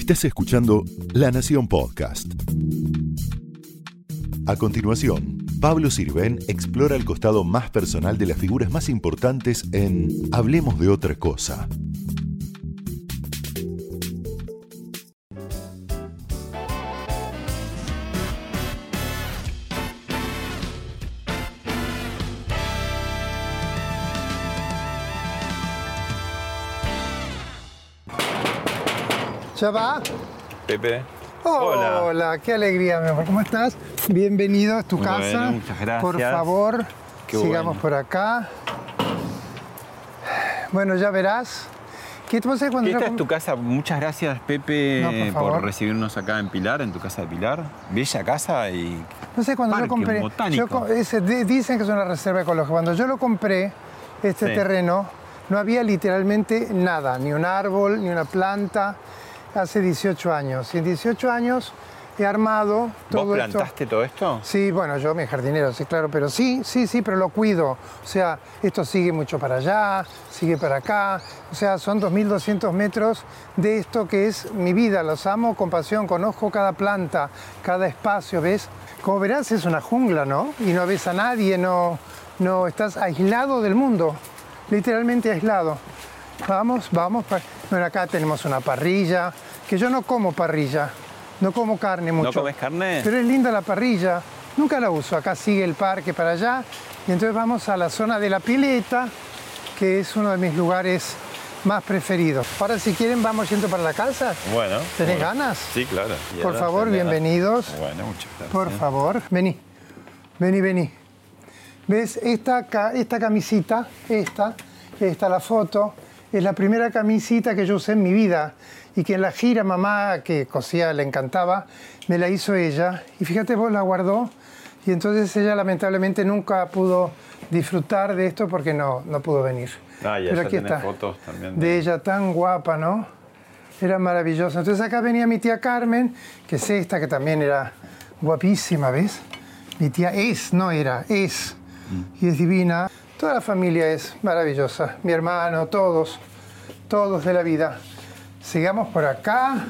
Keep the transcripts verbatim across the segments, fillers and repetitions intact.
Estás escuchando La Nación Podcast. A continuación, Pablo Sirven explora el costado más personal de las figuras más importantes en Hablemos de otra cosa. ¿Ya va? Pepe. Hola. Hola, qué alegría, mi amor. ¿Cómo estás? Bienvenido a tu bueno, casa. Muchas gracias. Por favor, qué sigamos bueno. por acá. Bueno, ya verás. ¿Qué te pasa cuando Esta yo... es tu casa. Muchas gracias, Pepe, no, por, favor. por recibirnos acá en Pilar, en tu casa de Pilar. Bella casa y No sé, cuando parque yo compré... botánico. Yo, ese, dicen que es una reserva ecológica. Cuando yo lo compré, este Sí. terreno, no había literalmente nada. Ni un árbol, ni una planta. Hace dieciocho años. Y en dieciocho años he armado todo ¿Vos plantaste esto. todo esto? Sí, bueno, yo mi jardinero, sí, claro, pero sí, sí, sí, pero lo cuido. O sea, esto sigue mucho para allá, sigue para acá. O sea, son dos mil doscientos metros de esto que es mi vida. Los amo con pasión, conozco cada planta, cada espacio, ¿ves? Como verás, es una jungla, ¿no? Y no ves a nadie, no, no estás aislado del mundo, literalmente aislado. Vamos, vamos. Bueno, acá tenemos una parrilla, que yo no como parrilla, no como carne mucho. ¿No comes carne? Pero es linda la parrilla, nunca la uso. Acá sigue el parque para allá y entonces vamos a la zona de la pileta, que es uno de mis lugares más preferidos. Ahora, si quieren, vamos yendo para la casa. Bueno. ¿Tenés bueno. ganas? Sí, claro. Y Por ahora favor, tenés ganas. bienvenidos. Bueno, muchas gracias. Por favor, vení, vení, vení. ¿Ves? Esta, ca- esta camisita, esta, esta la foto, es la primera camisita que yo usé en mi vida y que en la gira mamá, que cosía, le encantaba, me la hizo ella. Y fíjate, vos la guardó y entonces ella lamentablemente nunca pudo disfrutar de esto porque no, no pudo venir. Ah, y Pero allá aquí tenés está, fotos también. de ella tan guapa, ¿no? Era maravillosa. Entonces acá venía mi tía Carmen, que es esta, que también era guapísima, ¿ves? Mi tía es, no era, es. Y es divina. Toda la familia es maravillosa. Mi hermano, todos, todos de la vida. Sigamos por acá.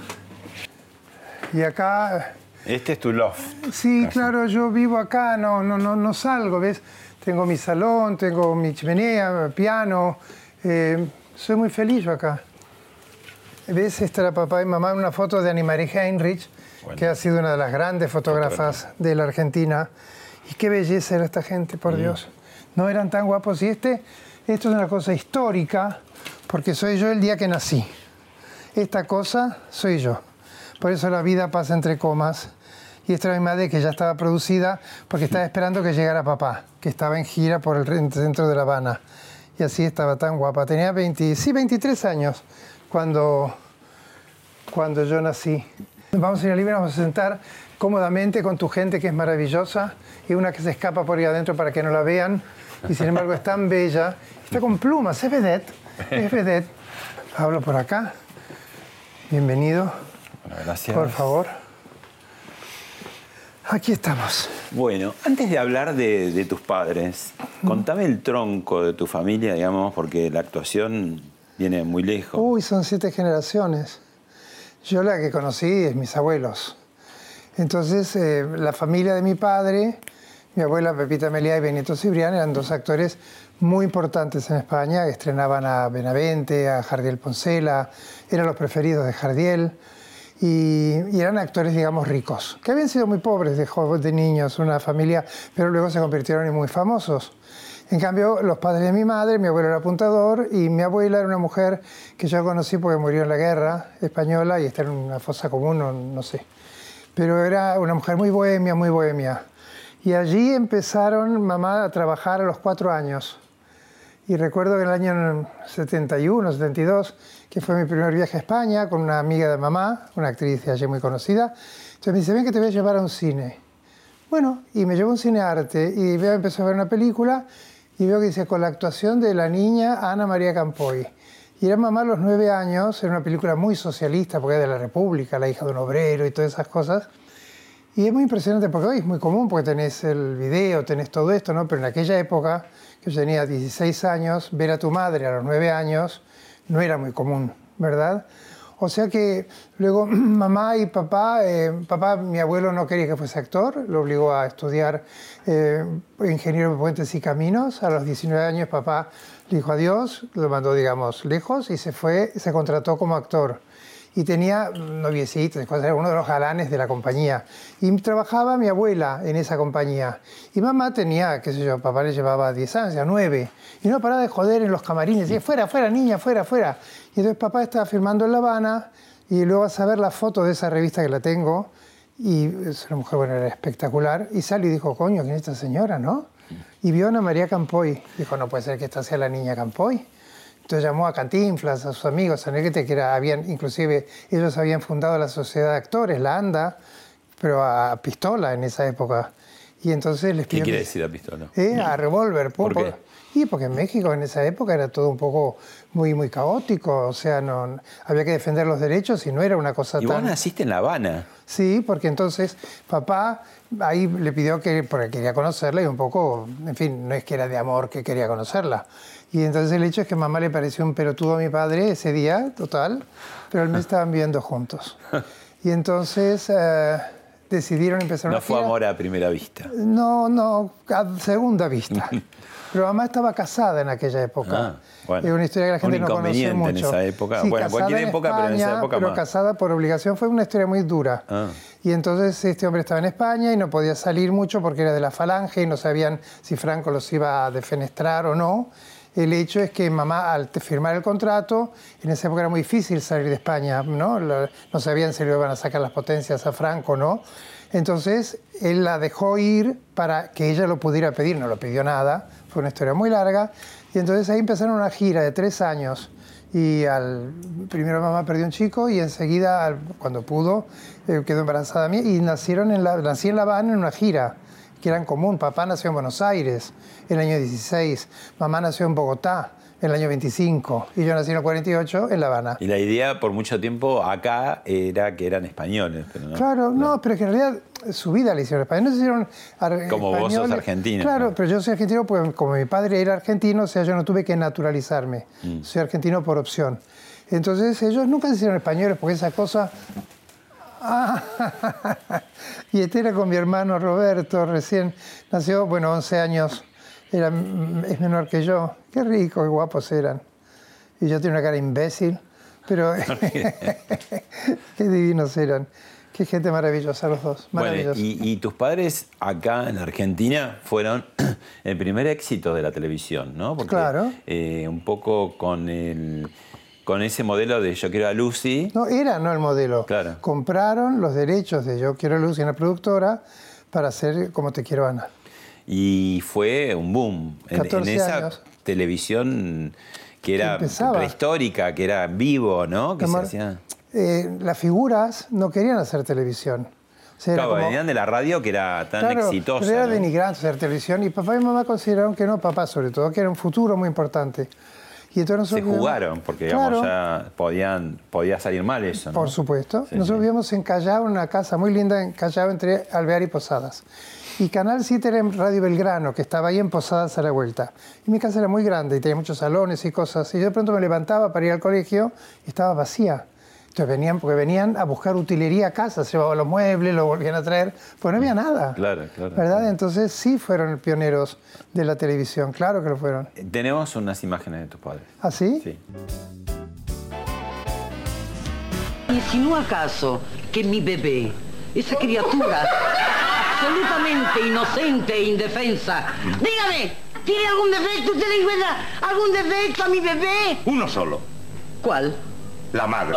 Y acá... Este es tu loft. Sí, Casi. claro, yo vivo acá, no, no, no, no salgo, ¿ves? Tengo mi salón, tengo mi chimenea, piano. Eh, soy muy feliz yo acá. ¿Ves? Esta era papá y mamá en una foto de Annemarie Heinrich, Bueno. que ha sido una de las grandes fotógrafas de la Argentina. Y qué belleza era esta gente, por Mm. Dios. No eran tan guapos. Y este, esto es una cosa histórica, porque soy yo el día que nací. Esta cosa soy yo. Por eso la vida pasa entre comas. Y esta era mi madre, que ya estaba producida, porque estaba esperando que llegara papá, que estaba en gira por el centro de La Habana. Y así estaba tan guapa. Tenía veinte, sí, veintitrés años cuando, cuando yo nací. Vamos a ir al living, vamos a sentar cómodamente con tu gente, que es maravillosa, y una que se escapa por ahí adentro para que no la vean. Y sin embargo es tan bella. Está con plumas, es vedette. Es vedette. Hablo por acá. Bienvenido. Bueno, gracias. Por favor. Aquí estamos. Bueno, antes de hablar de, de tus padres, contame el tronco de tu familia, digamos, porque la actuación viene muy lejos. Uy, son siete generaciones. Yo la que conocí es mis abuelos. Entonces, eh, la familia de mi padre, mi abuela Pepita Meliá y Benito Cibrián, eran dos actores muy importantes en España. Estrenaban a Benavente, a Jardiel Poncela, eran los preferidos de Jardiel. Y, y eran actores, digamos, ricos, que habían sido muy pobres de jóvenes, de niños, una familia, pero luego se convirtieron en muy famosos. En cambio, los padres de mi madre, mi abuelo era apuntador y mi abuela era una mujer que yo conocí porque murió en la guerra española y está en una fosa común, no, no sé. Pero era una mujer muy bohemia, muy bohemia. Y allí empezaron mamá a trabajar a los cuatro años. Y recuerdo que en el año setenta y uno, setenta y dos, que fue mi primer viaje a España con una amiga de mamá, una actriz de allí muy conocida. Entonces me dice, ven que te voy a llevar a un cine. Bueno, y me llevó a un cine arte y veo, empezó a ver una película y veo que dice, con la actuación de la niña Ana María Campoy. Y era mamá a los nueve años, era una película muy socialista, porque era de la República, la hija de un obrero y todas esas cosas. Y es muy impresionante, porque hoy es muy común, porque tenés el video, tenés todo esto, ¿no? Pero en aquella época, que yo tenía dieciséis años, ver a tu madre a los nueve años no era muy común, ¿verdad? O sea que luego mamá y papá, eh, papá, mi abuelo no quería que fuese actor, lo obligó a estudiar eh, ingeniero de puentes y caminos. A los diecinueve años papá le dijo adiós, lo mandó, digamos, lejos y se fue, se contrató como actor. Y tenía noviecitos, era uno de los galanes de la compañía. Y trabajaba mi abuela en esa compañía. Y mamá tenía, qué sé yo, papá le llevaba diez años, ya nueve. Y no paraba de joder en los camarines. Y fuera, fuera, niña, fuera, fuera. Y entonces papá estaba filmando en La Habana. Y luego vas a ver la foto de esa revista que la tengo. Y es una mujer, bueno, era espectacular. Y salió y dijo, coño, ¿quién es esta señora, no? Y vio a Ana María Campoy. Dijo, no puede ser que esta sea la niña Campoy. Entonces llamó a Cantinflas, a sus amigos, a Negrete, que era, habían, inclusive ellos habían fundado la Sociedad de Actores, la ANDA, pero a pistola en esa época. Y entonces les pidió... ¿Qué quiere que, decir a pistola? ¿Eh? A revólver. ¿Por qué? Y porque en México en esa época era todo un poco muy, muy caótico, o sea, no, había que defender los derechos y no era una cosa ¿Y tan... vos naciste en La Habana? Sí, porque entonces papá ahí le pidió que, porque quería conocerla y un poco, en fin, no es que era de amor que quería conocerla. Y entonces el hecho es que mamá le pareció un pelotudo a mi padre ese día, total, pero al mes estaban viviendo juntos. Y entonces eh, decidieron empezar una No fue gira. amor a primera vista. No, no, a segunda vista. Pero mamá estaba casada en aquella época. Ah, bueno. Es una historia que la gente Un no conoce inconveniente mucho. en esa época. Sí, Bueno, en casada cualquier en época, pero en esa España, época pero más. casada por obligación. Fue una historia muy dura. Ah. Y entonces este hombre estaba en España y no podía salir mucho porque era de la Falange y no sabían si Franco los iba a defenestrar o no. El hecho es que mamá, al firmar el contrato, en esa época era muy difícil salir de España, ¿no? No sabían si le iban a sacar las potencias a Franco o no. Entonces, él la dejó ir para que ella lo pudiera pedir, no lo pidió nada, fue una historia muy larga. Y entonces ahí empezaron una gira de tres años. Y al, primero mamá perdió un chico y enseguida, al, cuando pudo, eh, quedó embarazada mía. Y nacieron en la, nací en La Habana en una gira, que era en común. Papá nació en Buenos Aires en el año dieciséis, mamá nació en Bogotá en el año veinticinco y yo nací en el cuarenta y ocho en La Habana. Y la idea por mucho tiempo acá era que eran españoles. Pero no, claro, no, no, pero es que en realidad su vida la hicieron españoles. No se hicieron ar- Como vos sos argentino. Claro, pero yo soy argentino porque como mi padre era argentino, o sea, yo no tuve que naturalizarme. Mm. Soy argentino por opción. Entonces ellos nunca se hicieron españoles porque esa cosa... Ah, y este era con mi hermano Roberto, recién nació, bueno, once años, era, es menor que yo. Qué rico, qué guapos eran. Y yo tenía una cara imbécil, pero qué divinos eran. Qué gente maravillosa los dos, maravillosos. Bueno, y, y tus padres acá en la Argentina fueron el primer éxito de la televisión, ¿no? Porque, claro. Eh, un poco con el... con ese modelo de Yo quiero a Lucy. No, era no el modelo. Claro. Compraron los derechos de Yo quiero a Lucy, una productora, para hacer Como te quiero, Ana. Y fue un boom. En, en esa años. televisión que era que prehistórica, que era vivo, ¿no? Que Amor, se hacía... eh, las figuras no querían hacer televisión. O sea, claro, como... venían de la radio que era tan claro, exitosa. Pero era ¿no? denigrante hacer televisión y papá y mamá consideraron que no, papá sobre todo, que era un futuro muy importante. Y entonces se jugaron, porque digamos, claro, ya podían, podía salir mal eso, ¿no? Por supuesto. Sí, Nosotros sí. vivíamos en Callao, en una casa muy linda en Callao, entre Alvear y Posadas. Y Canal siete era en Radio Belgrano, que estaba ahí en Posadas a la vuelta. Y mi casa era muy grande y tenía muchos salones y cosas. Y yo de pronto me levantaba para ir al colegio y estaba vacía. Entonces venían, porque venían a buscar utilería a casa, se llevaban los muebles, lo volvían a traer, pues no había nada. Claro, claro. ¿Verdad? Claro. Entonces sí fueron pioneros de la televisión, claro que lo fueron. Tenemos unas imágenes de tus padres. ¿Ah, sí? Sí. ¿Insinúa acaso que mi bebé, esa criatura absolutamente inocente e indefensa, dígame, ¿tiene algún defecto? ¿Usted le encuentra algún defecto a mi bebé? Uno solo. ¿Cuál? La madre.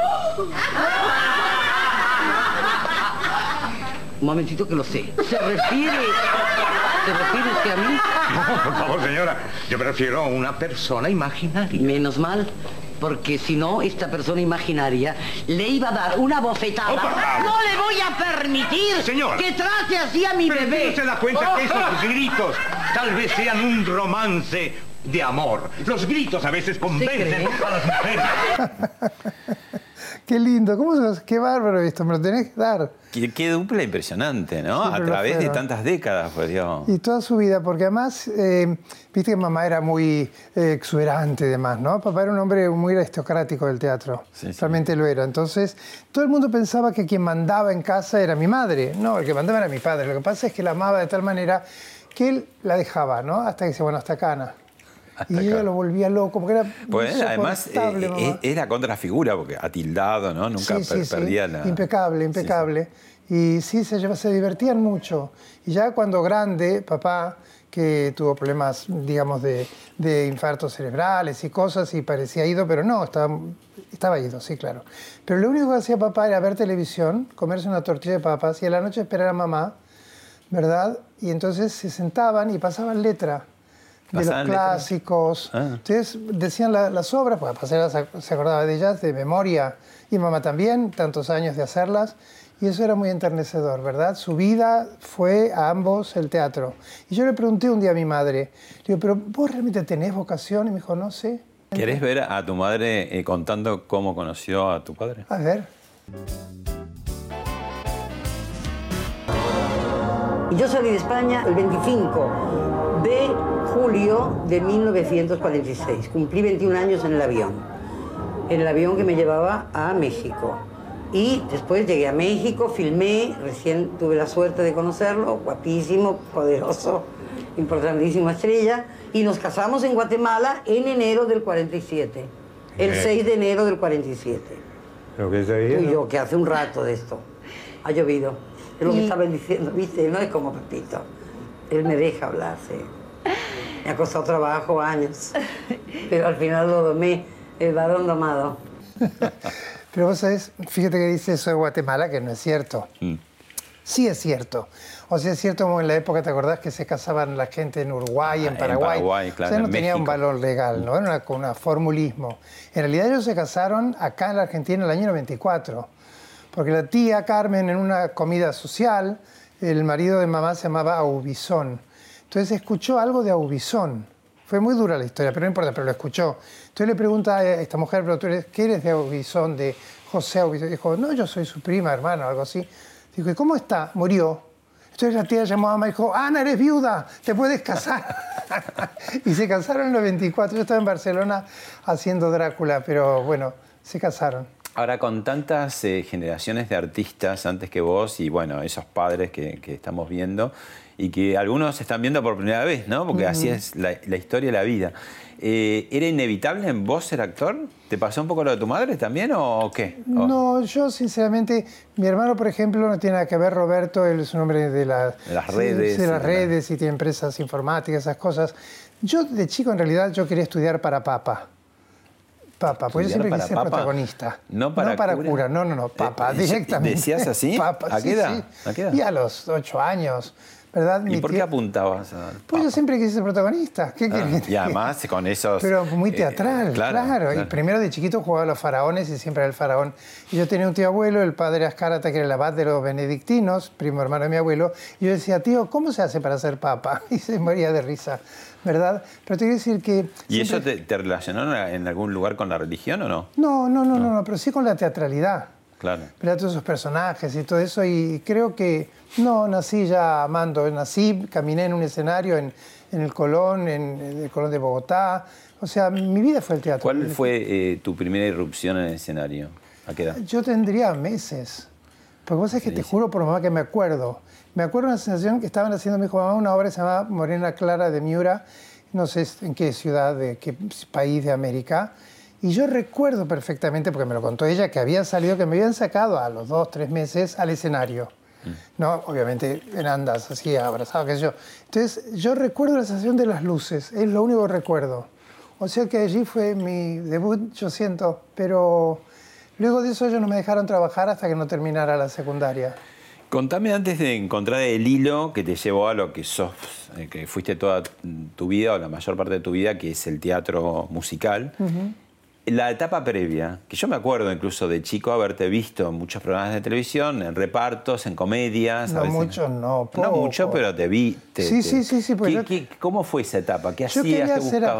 Un momentito que lo sé. ¿Se refiere... ¿Se refiere usted a mí? No, por favor, señora. Yo prefiero una persona imaginaria. Menos mal, porque si no, esta persona imaginaria le iba a dar una bofetada. Oh, por favor. ¡No le voy a permitir Señora. que trate así a mi Pero bebé! ¿no se da cuenta que esos gritos tal vez sean un romance de amor? Los gritos a veces convencen cree? a las mujeres. Qué lindo, ¿cómo sos? Qué bárbaro esto, me lo tenés que dar. Qué, qué dupla impresionante, ¿no? Siempre a lo través de fueron. tantas décadas, pues Dios. Y toda su vida, porque además, eh, viste que mamá era muy eh, exuberante y demás, ¿no? Papá era un hombre muy aristocrático del teatro, Sí, sí. realmente lo era. Entonces, todo el mundo pensaba que quien mandaba en casa era mi madre. No, el que mandaba era mi padre. Lo que pasa es que la amaba de tal manera que él la dejaba, ¿no? Hasta que dice, bueno, hasta acá, Ana. Hasta Y ella acá. lo volvía loco, porque era Pues él, además, eh, insoportable, mamá. eh, era contrafigura, porque atildado, ¿no? Nunca Sí, sí, per- sí. perdía la... Impecable, impecable. Y sí, se, lleva- se divertían mucho. Y ya cuando grande, papá, que tuvo problemas, digamos, de, de infartos cerebrales y cosas, y parecía ido, pero no, estaba, estaba ido, sí, claro. Pero lo único que hacía papá era ver televisión, comerse una tortilla de papas y a la noche esperar a mamá, ¿verdad? Y entonces se sentaban y pasaban letra de los ¿Pasaban letra? clásicos. Ah. Entonces decían la- las obras, porque papá se las ac- se acordaba de ellas de memoria, y mamá también, tantos años de hacerlas, y eso era muy enternecedor, ¿verdad? Su vida fue a ambos el teatro. Y yo le pregunté un día a mi madre, le digo, ¿pero vos realmente tenés vocación? Y me dijo, no sé. ¿Querés ver a tu madre eh, contando cómo conoció a tu padre? A ver. Y yo salí de España el veinticinco de julio de mil novecientos cuarenta y seis. Cumplí veintiún años en el avión. En el avión que me llevaba a México. Y después llegué a México, filmé, recién tuve la suerte de conocerlo, guapísimo, poderoso, importantísima estrella. Y nos casamos en Guatemala en enero del cuarenta y siete. El Eh. seis de enero del cuarenta y siete. Lo que está Tú y viendo. yo, que hace un rato de esto. Ha llovido. Es lo que estaban diciendo, ¿viste? No es como Pepito. Él me deja hablar, sí. Me ha costado trabajo, años. Pero al final lo domé, el varón domado. Pero vos sabés, fíjate que dice eso de Guatemala, que no es cierto. Mm. Sí es cierto. O sea, es cierto como en la época, ¿te acordás que se casaban la gente en Uruguay, Ah, en en Paraguay? Paraguay, claro, O sea, no en tenía un México. valor legal, ¿no? Era una, una formulismo. En realidad ellos se casaron acá en la Argentina en el año noventa y cuatro. Porque la tía Carmen, en una comida social, el marido de mamá se llamaba Aubizón. Entonces escuchó algo de Aubizón. Fue muy dura la historia, pero no importa, pero lo escuchó. Entonces le pregunta a esta mujer, pero tú eres, ¿qué eres de Aubizón, de José Aubizón? Dijo, no, yo soy su prima, hermano, algo así. Dijo, ¿y cómo está? Murió. Entonces la tía llamó a mamá y dijo, Ana, eres viuda, te puedes casar. Y se casaron en el noventa y cuatro. Yo estaba en Barcelona haciendo Drácula, pero bueno, se casaron. Ahora, con tantas eh, generaciones de artistas antes que vos y, bueno, esos padres que, que estamos viendo y que algunos están viendo por primera vez, ¿no? Porque así es la, la historia de la vida. Eh, ¿Era inevitable en vos ser actor? ¿Te pasó un poco lo de tu madre también o qué? O- No, yo sinceramente, mi hermano, por ejemplo, no tiene nada que ver, Roberto, él es un hombre de, la- De las sí, redes de y las de redes y tiene empresas informáticas, esas cosas. Yo de chico, en realidad, yo quería estudiar para papa. Papa, porque yo ¿Estudiar siempre para quise ser papa? protagonista. ¿No para cura? cura? no, no, no, papa, Eh, directamente. ¿decías así? Papa, ¿A qué sí, edad? sí. ¿A qué edad? Y a los ocho años, ¿verdad? ¿Y Mi por qué tía- apuntabas a Pues yo siempre quise ser protagonista. ¿Qué Ah, querés? y además con esos... Pero muy eh, teatral, claro, claro, claro. Y primero de chiquito jugaba a los faraones y siempre era el faraón. Y yo tenía un tío abuelo, el padre Ascárata, que era el abad de los benedictinos, primo hermano de mi abuelo. Y yo decía, tío, ¿cómo se hace para ser papa? Y se moría de risa, ¿verdad? Pero te quiero decir que... ¿Y siempre- eso te, te relacionó en algún lugar con la religión o no? No, no, no, no, no, pero sí con la teatralidad. Claro. ¿Verdad? Todos esos personajes y todo eso. Y creo que no, nací ya amando. Nací, caminé en un escenario en, en el Colón, en, en el Colón de Bogotá. O sea, mi vida fue el teatro. ¿Cuál fue eh, tu primera irrupción en el escenario? ¿A qué edad? Yo tendría meses. Porque vos sabés que te juro por mamá que me acuerdo. Me acuerdo una sensación que estaban haciendo, me dijo mamá, una obra que se llamaba Morena Clara de Miura, no sé en qué ciudad, de qué país de América. Y yo recuerdo perfectamente, porque me lo contó ella, que había salido, que me habían sacado a los dos, tres meses al escenario. No, obviamente en andas, así, abrazado, qué sé yo. Entonces, yo recuerdo la sensación de las luces, es lo único que recuerdo. O sea que allí fue mi debut, yo siento, pero luego de eso ellos no me dejaron trabajar hasta que no terminara la secundaria. Contame antes de encontrar el hilo que te llevó a lo que sos, eh, que fuiste toda tu vida o la mayor parte de tu vida, que es el teatro musical. La etapa previa, que yo me acuerdo incluso de chico haberte visto en muchos programas de televisión, en repartos, en comedias. a No veces- mucho, no, No poco. mucho, pero te vi. te- Sí, te- sí, sí, sí, pues ¿Qué- yo- qué- ¿Cómo fue esa etapa? ¿Qué Yo hacías? quería ¿Qué ser buscabas? actor.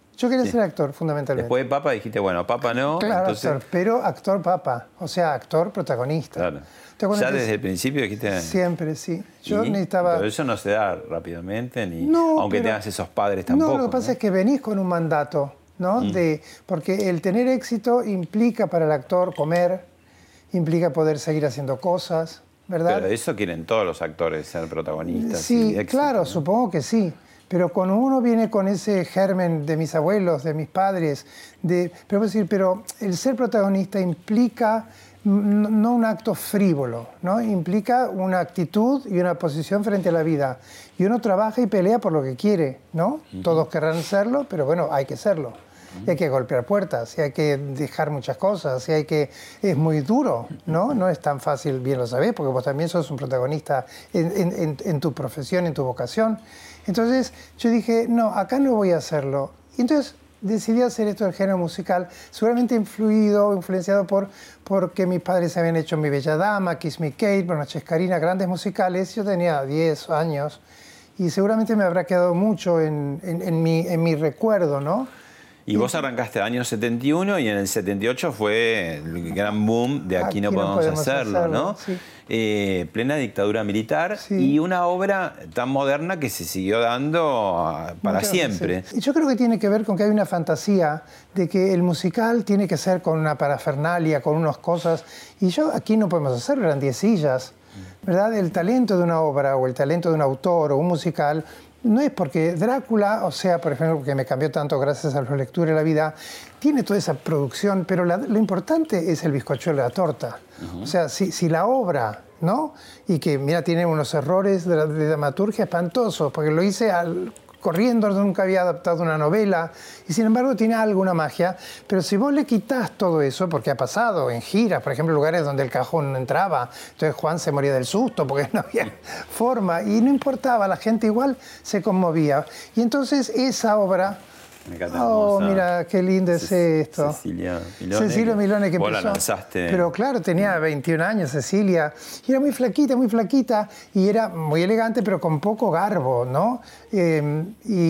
Yo quería Sí. ser actor, fundamentalmente. Después de Papa dijiste, bueno, Papa no. Claro, entonces... actor, pero actor papa, o sea, actor protagonista. Claro. ¿Te acuerdas Ya que desde el principio dijiste... Siempre, sí. Yo ¿Y? necesitaba... Pero eso no se da rápidamente, ni No, aunque pero- tengas esos padres tampoco. No, lo que pasa ¿no? es que venís con un mandato, ¿no? Mm. De, porque el tener éxito implica para el actor comer, implica poder seguir haciendo cosas, ¿verdad? Pero eso quieren todos los actores, ser protagonistas. Sí, y éxito, claro, ¿no? supongo que sí. Pero cuando uno viene con ese germen de mis abuelos, de mis padres, de, pero, decir, pero el ser protagonista implica no, no un acto frívolo, ¿no? Implica una actitud y una posición frente a la vida. Y uno trabaja y pelea por lo que quiere, ¿no? Uh-huh. Todos querrán serlo, pero bueno, hay que serlo. Uh-huh. Y hay que golpear puertas, y hay que dejar muchas cosas, y hay que... Es muy duro, ¿no? No es tan fácil, bien lo sabés, porque vos también sos un protagonista en, en, en, en tu profesión, en tu vocación. Entonces yo dije, no, acá no voy a hacerlo. Y entonces decidí hacer esto del género musical, seguramente influido, influenciado por porque mis padres habían hecho Mi Bella Dama, Kiss Me Kate, Bruna Cescarina, grandes musicales. Yo tenía diez años y seguramente me habrá quedado mucho en, en, en, mi, en mi recuerdo, ¿no? Y vos arrancaste en el año setenta y uno y en el setenta y ocho fue el gran boom de Aquí, Aquí no, podemos, no podemos hacerlo, hacerlo, ¿no? Sí. Eh, plena dictadura militar sí. y una obra tan moderna que se siguió dando para Muchas siempre. Veces. Y yo creo que tiene que ver con que hay una fantasía de que el musical tiene que ser con una parafernalia, con unas cosas. Y yo Aquí no podemos hacerlo, eran diez sillas, ¿verdad? El talento de una obra o el talento de un autor o un musical... No es porque Drácula, o sea, por ejemplo, que me cambió tanto gracias a la lectura de la vida, tiene toda esa producción, pero la, lo importante es el bizcochuelo de la torta. Uh-huh. O sea, si, si la obra, ¿no? Y que, mira, tiene unos errores de, de dramaturgia espantosos, porque lo hice al... corriendo, nunca había adaptado una novela, y sin embargo tiene alguna magia, pero si vos le quitas todo eso, porque ha pasado en giras, por ejemplo, lugares donde el cajón no entraba, entonces Juan se moría del susto porque no había forma, y no importaba, la gente igual se conmovía. Y entonces esa obra... Me encanta, oh, hermosa. Mira, qué lindo es esto. Cecilia Milone. Cecilia Milone que vos empezó. la lanzaste. Pero claro, tenía veintiún años Cecilia. Y era muy flaquita, muy flaquita. Y era muy elegante, pero con poco garbo, ¿no? Eh,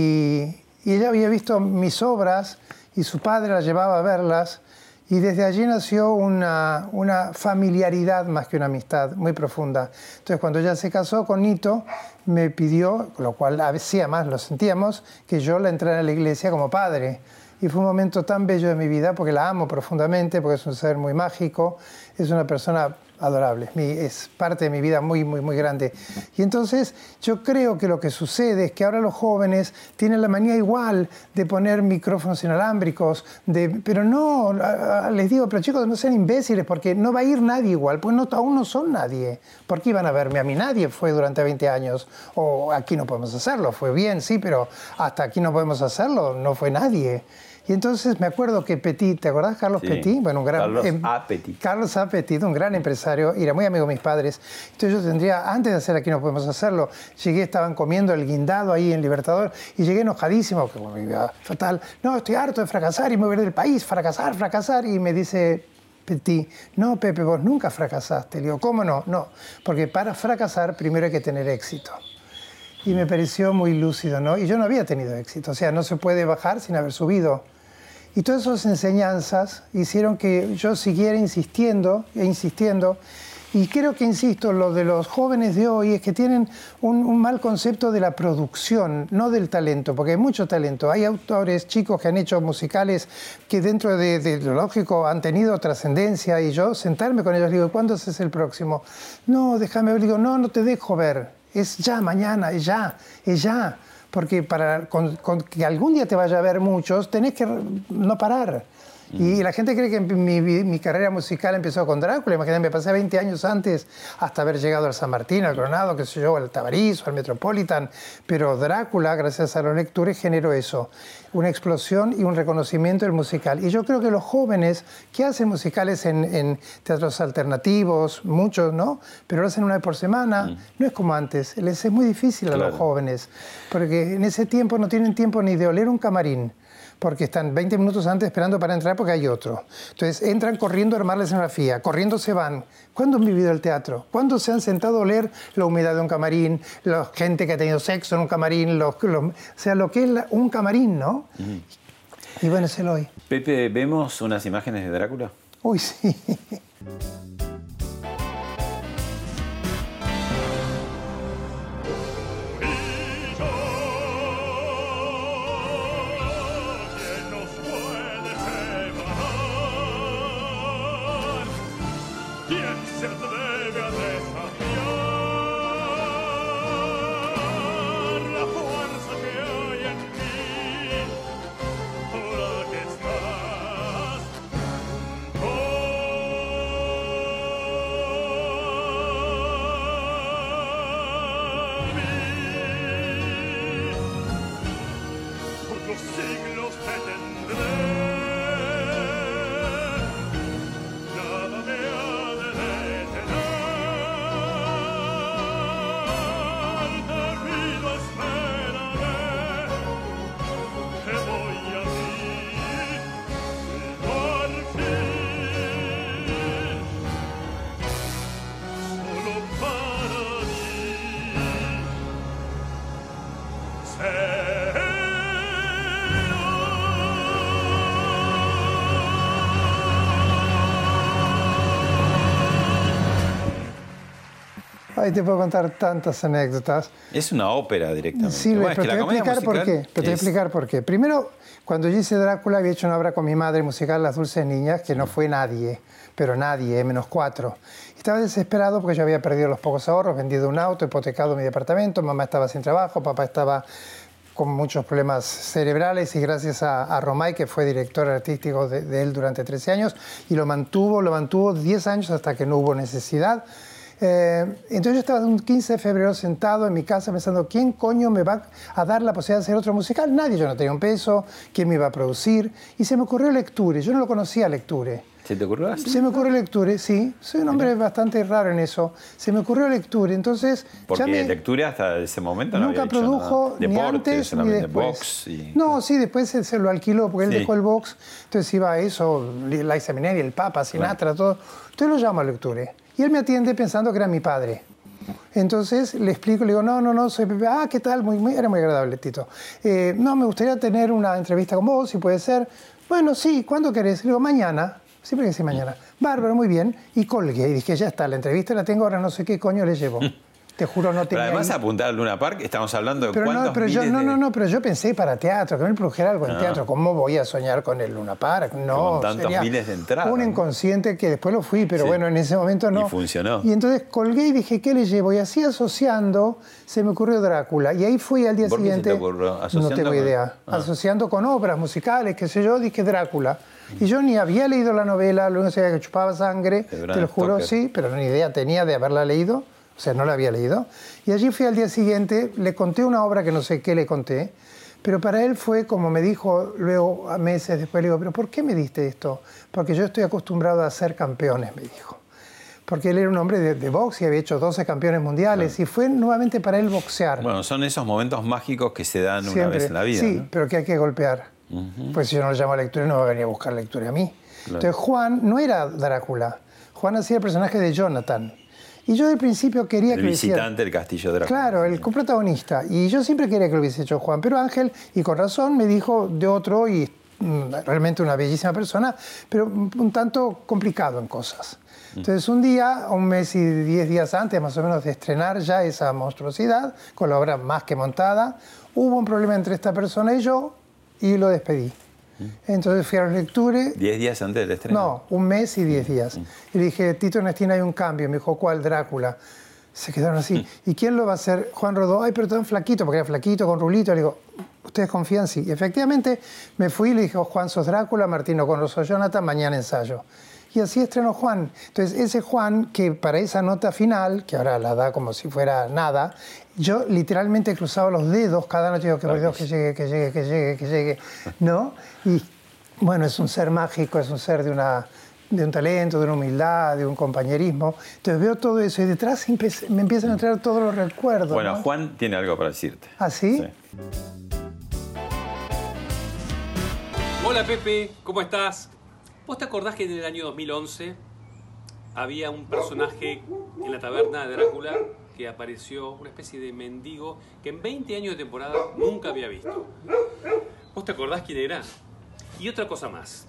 y, y ella había visto mis obras y su padre la llevaba a verlas. Y desde allí nació una, una familiaridad más que una amistad muy profunda. Entonces, cuando ella se casó con Nito, me pidió, lo cual a veces además lo sentíamos, que yo la entrara a la iglesia como padre. Y fue un momento tan bello de mi vida, porque la amo profundamente, porque es un ser muy mágico, es una persona adorable, es, mi, es parte de mi vida muy, muy, muy grande. Y entonces yo creo que lo que sucede es que ahora los jóvenes tienen la manía igual de poner micrófonos inalámbricos, de, pero no, les digo, pero chicos, no sean imbéciles, porque no va a ir nadie igual, pues no, aún no son nadie. ¿Por qué iban a verme a mí? Nadie fue durante veinte años, o Aquí no podemos hacerlo, fue bien, sí, pero hasta Aquí no podemos hacerlo, no fue nadie. Y entonces me acuerdo que Petit, ¿te acordás Carlos sí. Petit? Bueno, un gran, Carlos eh, A. Petit. Carlos A. Petit, un gran empresario, y era muy amigo de mis padres. Entonces yo tendría, antes de hacer Aquí no podemos hacerlo, llegué, estaban comiendo el guindado ahí en Libertador, y llegué enojadísimo, que bueno, me iba fatal. No, estoy harto de fracasar y me voy a ir del país, fracasar, fracasar. Y me dice Petit, no, Pepe, vos nunca fracasaste. Le digo, ¿cómo no? No, porque para fracasar primero hay que tener éxito. Y me pareció muy lúcido, ¿no? Y yo no había tenido éxito, o sea, no se puede bajar sin haber subido. Y todas esas enseñanzas hicieron que yo siguiera insistiendo e insistiendo. Y creo que, insisto, lo de los jóvenes de hoy es que tienen un, un mal concepto de la producción, no del talento, porque hay mucho talento. Hay autores chicos que han hecho musicales que dentro de, de lo lógico han tenido trascendencia, y yo sentarme con ellos digo, ¿cuándo es el próximo? No, déjame ver. Digo, no, no te dejo ver. Es ya, mañana, es ya, es ya. Porque para con, con que algún día te vaya a ver muchos, tenés que no parar. Y la gente cree que mi, mi carrera musical empezó con Drácula. Imagínate, me pasé veinte años antes hasta haber llegado al San Martín, al Coronado, qué sé yo, al Tabarís o al Metropolitan. Pero Drácula, gracias a las lecturas, generó eso. Una explosión y un reconocimiento del musical. Y yo creo que los jóvenes que hacen musicales en, en teatros alternativos, muchos, ¿no? Pero lo hacen una vez por semana. Mm. No es como antes. Les es muy difícil a claro. los jóvenes. Porque en ese tiempo no tienen tiempo ni de oler un camarín, porque están veinte minutos antes esperando para entrar porque hay otro. Entonces entran corriendo a armar la escenografía, corriendo se van. ¿Cuándo han vivido el teatro? ¿Cuándo se han sentado a oler la humedad de un camarín, la gente que ha tenido sexo en un camarín, los, los, o sea, lo que es la, un camarín, ¿no? Uh-huh. Y bueno, es el hoy. Pepe, ¿vemos unas imágenes de Drácula? Uy, sí. Ay, te puedo contar tantas anécdotas. Es una ópera directamente. Sí, bueno, pero es que te la voy a explicar por qué. Pero te voy a es... explicar por qué. Primero, cuando yo hice Drácula, había hecho una obra con mi madre musical, Las Dulces Niñas, que no fue nadie, pero nadie, menos cuatro. Estaba desesperado porque yo había perdido los pocos ahorros, vendido un auto, hipotecado mi departamento, mamá estaba sin trabajo, papá estaba con muchos problemas cerebrales y gracias a, a Romay, que fue director artístico de, de él durante trece años, y lo mantuvo, lo mantuvo diez años hasta que no hubo necesidad. Eh, entonces yo estaba un quince de febrero sentado en mi casa pensando, ¿quién coño me va a dar la posibilidad de hacer otro musical? Nadie, yo no tenía un peso, ¿quién me iba a producir? Y se me ocurrió Lecture, yo no lo conocía Lecture. ¿Se te ocurrió así? Se me ocurrió Lecture, sí, soy un hombre Mira. bastante raro en eso. Se me ocurrió Lecture, entonces... Porque me... Lecture hasta ese momento no nunca había hecho produjo nada. ni Deporte, antes ni después. Box y... No, sí, después se, se lo alquiló porque él sí. dejó el box, entonces iba a eso, Liza Minnelli, el Papa, Sinatra, claro. todo. Entonces lo llamo a Lecture. Y él me atiende pensando que era mi padre. Entonces le explico, le digo, no, no, no, soy Pepe. Ah, ¿qué tal? Muy, muy, era muy agradable, Tito. Eh, no, me gustaría tener una entrevista con vos, si puede ser. Bueno, sí, ¿cuándo querés? Le digo, mañana. Siempre que sí, mañana. Bárbaro, muy bien. Y colgué. Y dije, ya está, la entrevista la tengo, ahora no sé qué coño le llevo. Te juro, no tenía... Pero además ahí... apuntar a Luna Park, estamos hablando de pero cuántos no, pero yo, miles no, de... no, no, pero yo pensé para teatro, que me produjera algo en no. teatro. ¿Cómo voy a soñar con el Luna Park? No, con tantos sería miles de entradas. Un inconsciente que después lo fui, pero sí. bueno, en ese momento no. Y funcionó. Y entonces colgué y dije, ¿qué le llevo? Y así asociando, se me ocurrió Drácula. Y ahí fui al día ¿Por siguiente... qué se te ocurrió? No tengo con... idea. Ah. Asociando con obras musicales, qué sé yo, dije Drácula. Y yo ni había leído la novela, lo único que sabía que chupaba sangre, te lo juro, Stoker. Sí, pero ni idea tenía de haberla leído. O sea, no la había leído. Y allí fui al día siguiente, le conté una obra que no sé qué le conté, pero para él fue como me dijo luego, a meses después, le digo, ¿pero por qué me diste esto? Porque yo estoy acostumbrado a ser campeones, me dijo. Porque él era un hombre de, de box y había hecho doce campeones mundiales, claro. Y fue nuevamente para él boxear. Bueno, son esos momentos mágicos que se dan Siempre. Una vez en la vida. Sí, ¿no? pero que hay que golpear. Uh-huh. Pues si yo no lo llamo a Lecture, no va a venir a buscar Lecture a mí. Claro. Entonces Juan no era Drácula. Juan hacía el personaje de Jonathan. Y yo del principio quería el que lo hiciera... El visitante del castillo Drácula. Claro, el coprotagonista. Y yo siempre quería que lo hubiese hecho Juan. Pero Ángel, y con razón, me dijo de otro, y mm, realmente una bellísima persona, pero un tanto complicado en cosas. Entonces un día, un mes y diez días antes más o menos de estrenar ya esa monstruosidad, con la obra más que montada, hubo un problema entre esta persona y yo, y lo despedí. Entonces fui a la Lecture. ¿Diez días antes del estreno? No, un mes y diez días. Y le dije, Tito Ernestina, hay un cambio. Me dijo, ¿cuál? Drácula. Se quedaron así. ¿Y quién lo va a hacer? Juan Rodó. Ay, pero tan flaquito, porque era flaquito, con rulito. Le digo, ¿ustedes confían? Sí. Y efectivamente me fui y le dije, Juan, sos Drácula, Martino con sos Jonathan, mañana ensayo. Y así estrenó Juan. Entonces, ese Juan, que para esa nota final, que ahora la da como si fuera nada, yo literalmente cruzaba los dedos cada noche, digo, que por Dios, que llegue, que llegue, que llegue, que llegue, ¿no? Y bueno, es un ser mágico, es un ser de, una, de un talento, de una humildad, de un compañerismo. Entonces veo todo eso y detrás me empiezan a traer todos los recuerdos. Bueno, ¿no? Juan tiene algo para decirte. ¿Ah, sí? Sí. Hola, Pepe, ¿cómo estás? ¿Vos te acordás que en el año dos mil once había un personaje en la taberna de Drácula que apareció, una especie de mendigo que en veinte años de temporada nunca había visto? ¿Vos te acordás quién era? Y otra cosa más.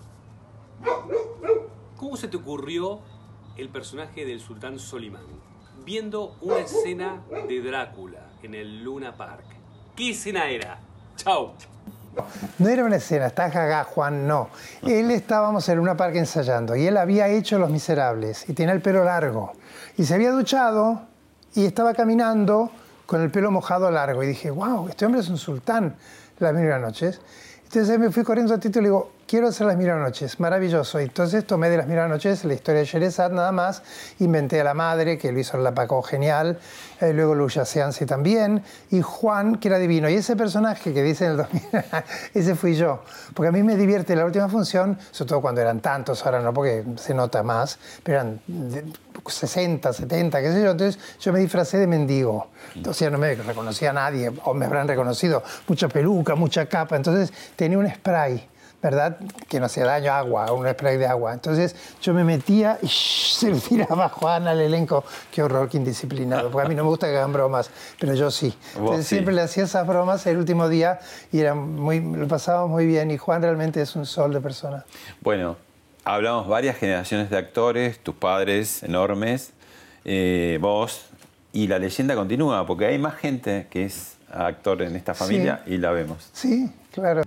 ¿Cómo se te ocurrió el personaje del sultán Solimán? Viendo una escena de Drácula en el Luna Park. ¿Qué escena era? Chau. No era una escena, está cagá, Juan, no. Él estábamos en Luna Park ensayando y él había hecho Los Miserables y tenía el pelo largo. Y se había duchado y estaba caminando con el pelo mojado largo. Y dije, wow, este hombre es un sultán, Las Mil y Una Noches. Entonces me fui corriendo a Tito y le digo, quiero hacer Las Mil y Una Noches, maravilloso. Entonces tomé de Las Mil y Una Noches la historia de Sherezad nada más, inventé a la madre, que lo hizo la Paco genial, eh, luego Lucia Seansi también, y Juan, que era divino. Y ese personaje que dice en el dos mil, ese fui yo. Porque a mí me divierte la última función, sobre todo cuando eran tantos, ahora no, porque se nota más, pero eran sesenta, setenta, qué sé yo. Entonces yo me disfracé de mendigo. Entonces ya no me reconocía a nadie, o me habrán reconocido, mucha peluca, mucha capa. Entonces tenía un spray, ¿verdad? Que no hacía daño, agua, un spray de agua. Entonces yo me metía y shh, se le tiraba a Juan al elenco. Qué horror, qué indisciplinado. Porque a mí no me gusta que hagan bromas, pero yo sí. Entonces sí. Siempre le hacía esas bromas el último día y era muy, lo pasábamos muy bien. Y Juan realmente es un sol de persona. Bueno, hablamos varias generaciones de actores, tus padres enormes, eh, vos, y la leyenda continúa, porque hay más gente que es actor en esta familia sí. Y la vemos. Sí, claro.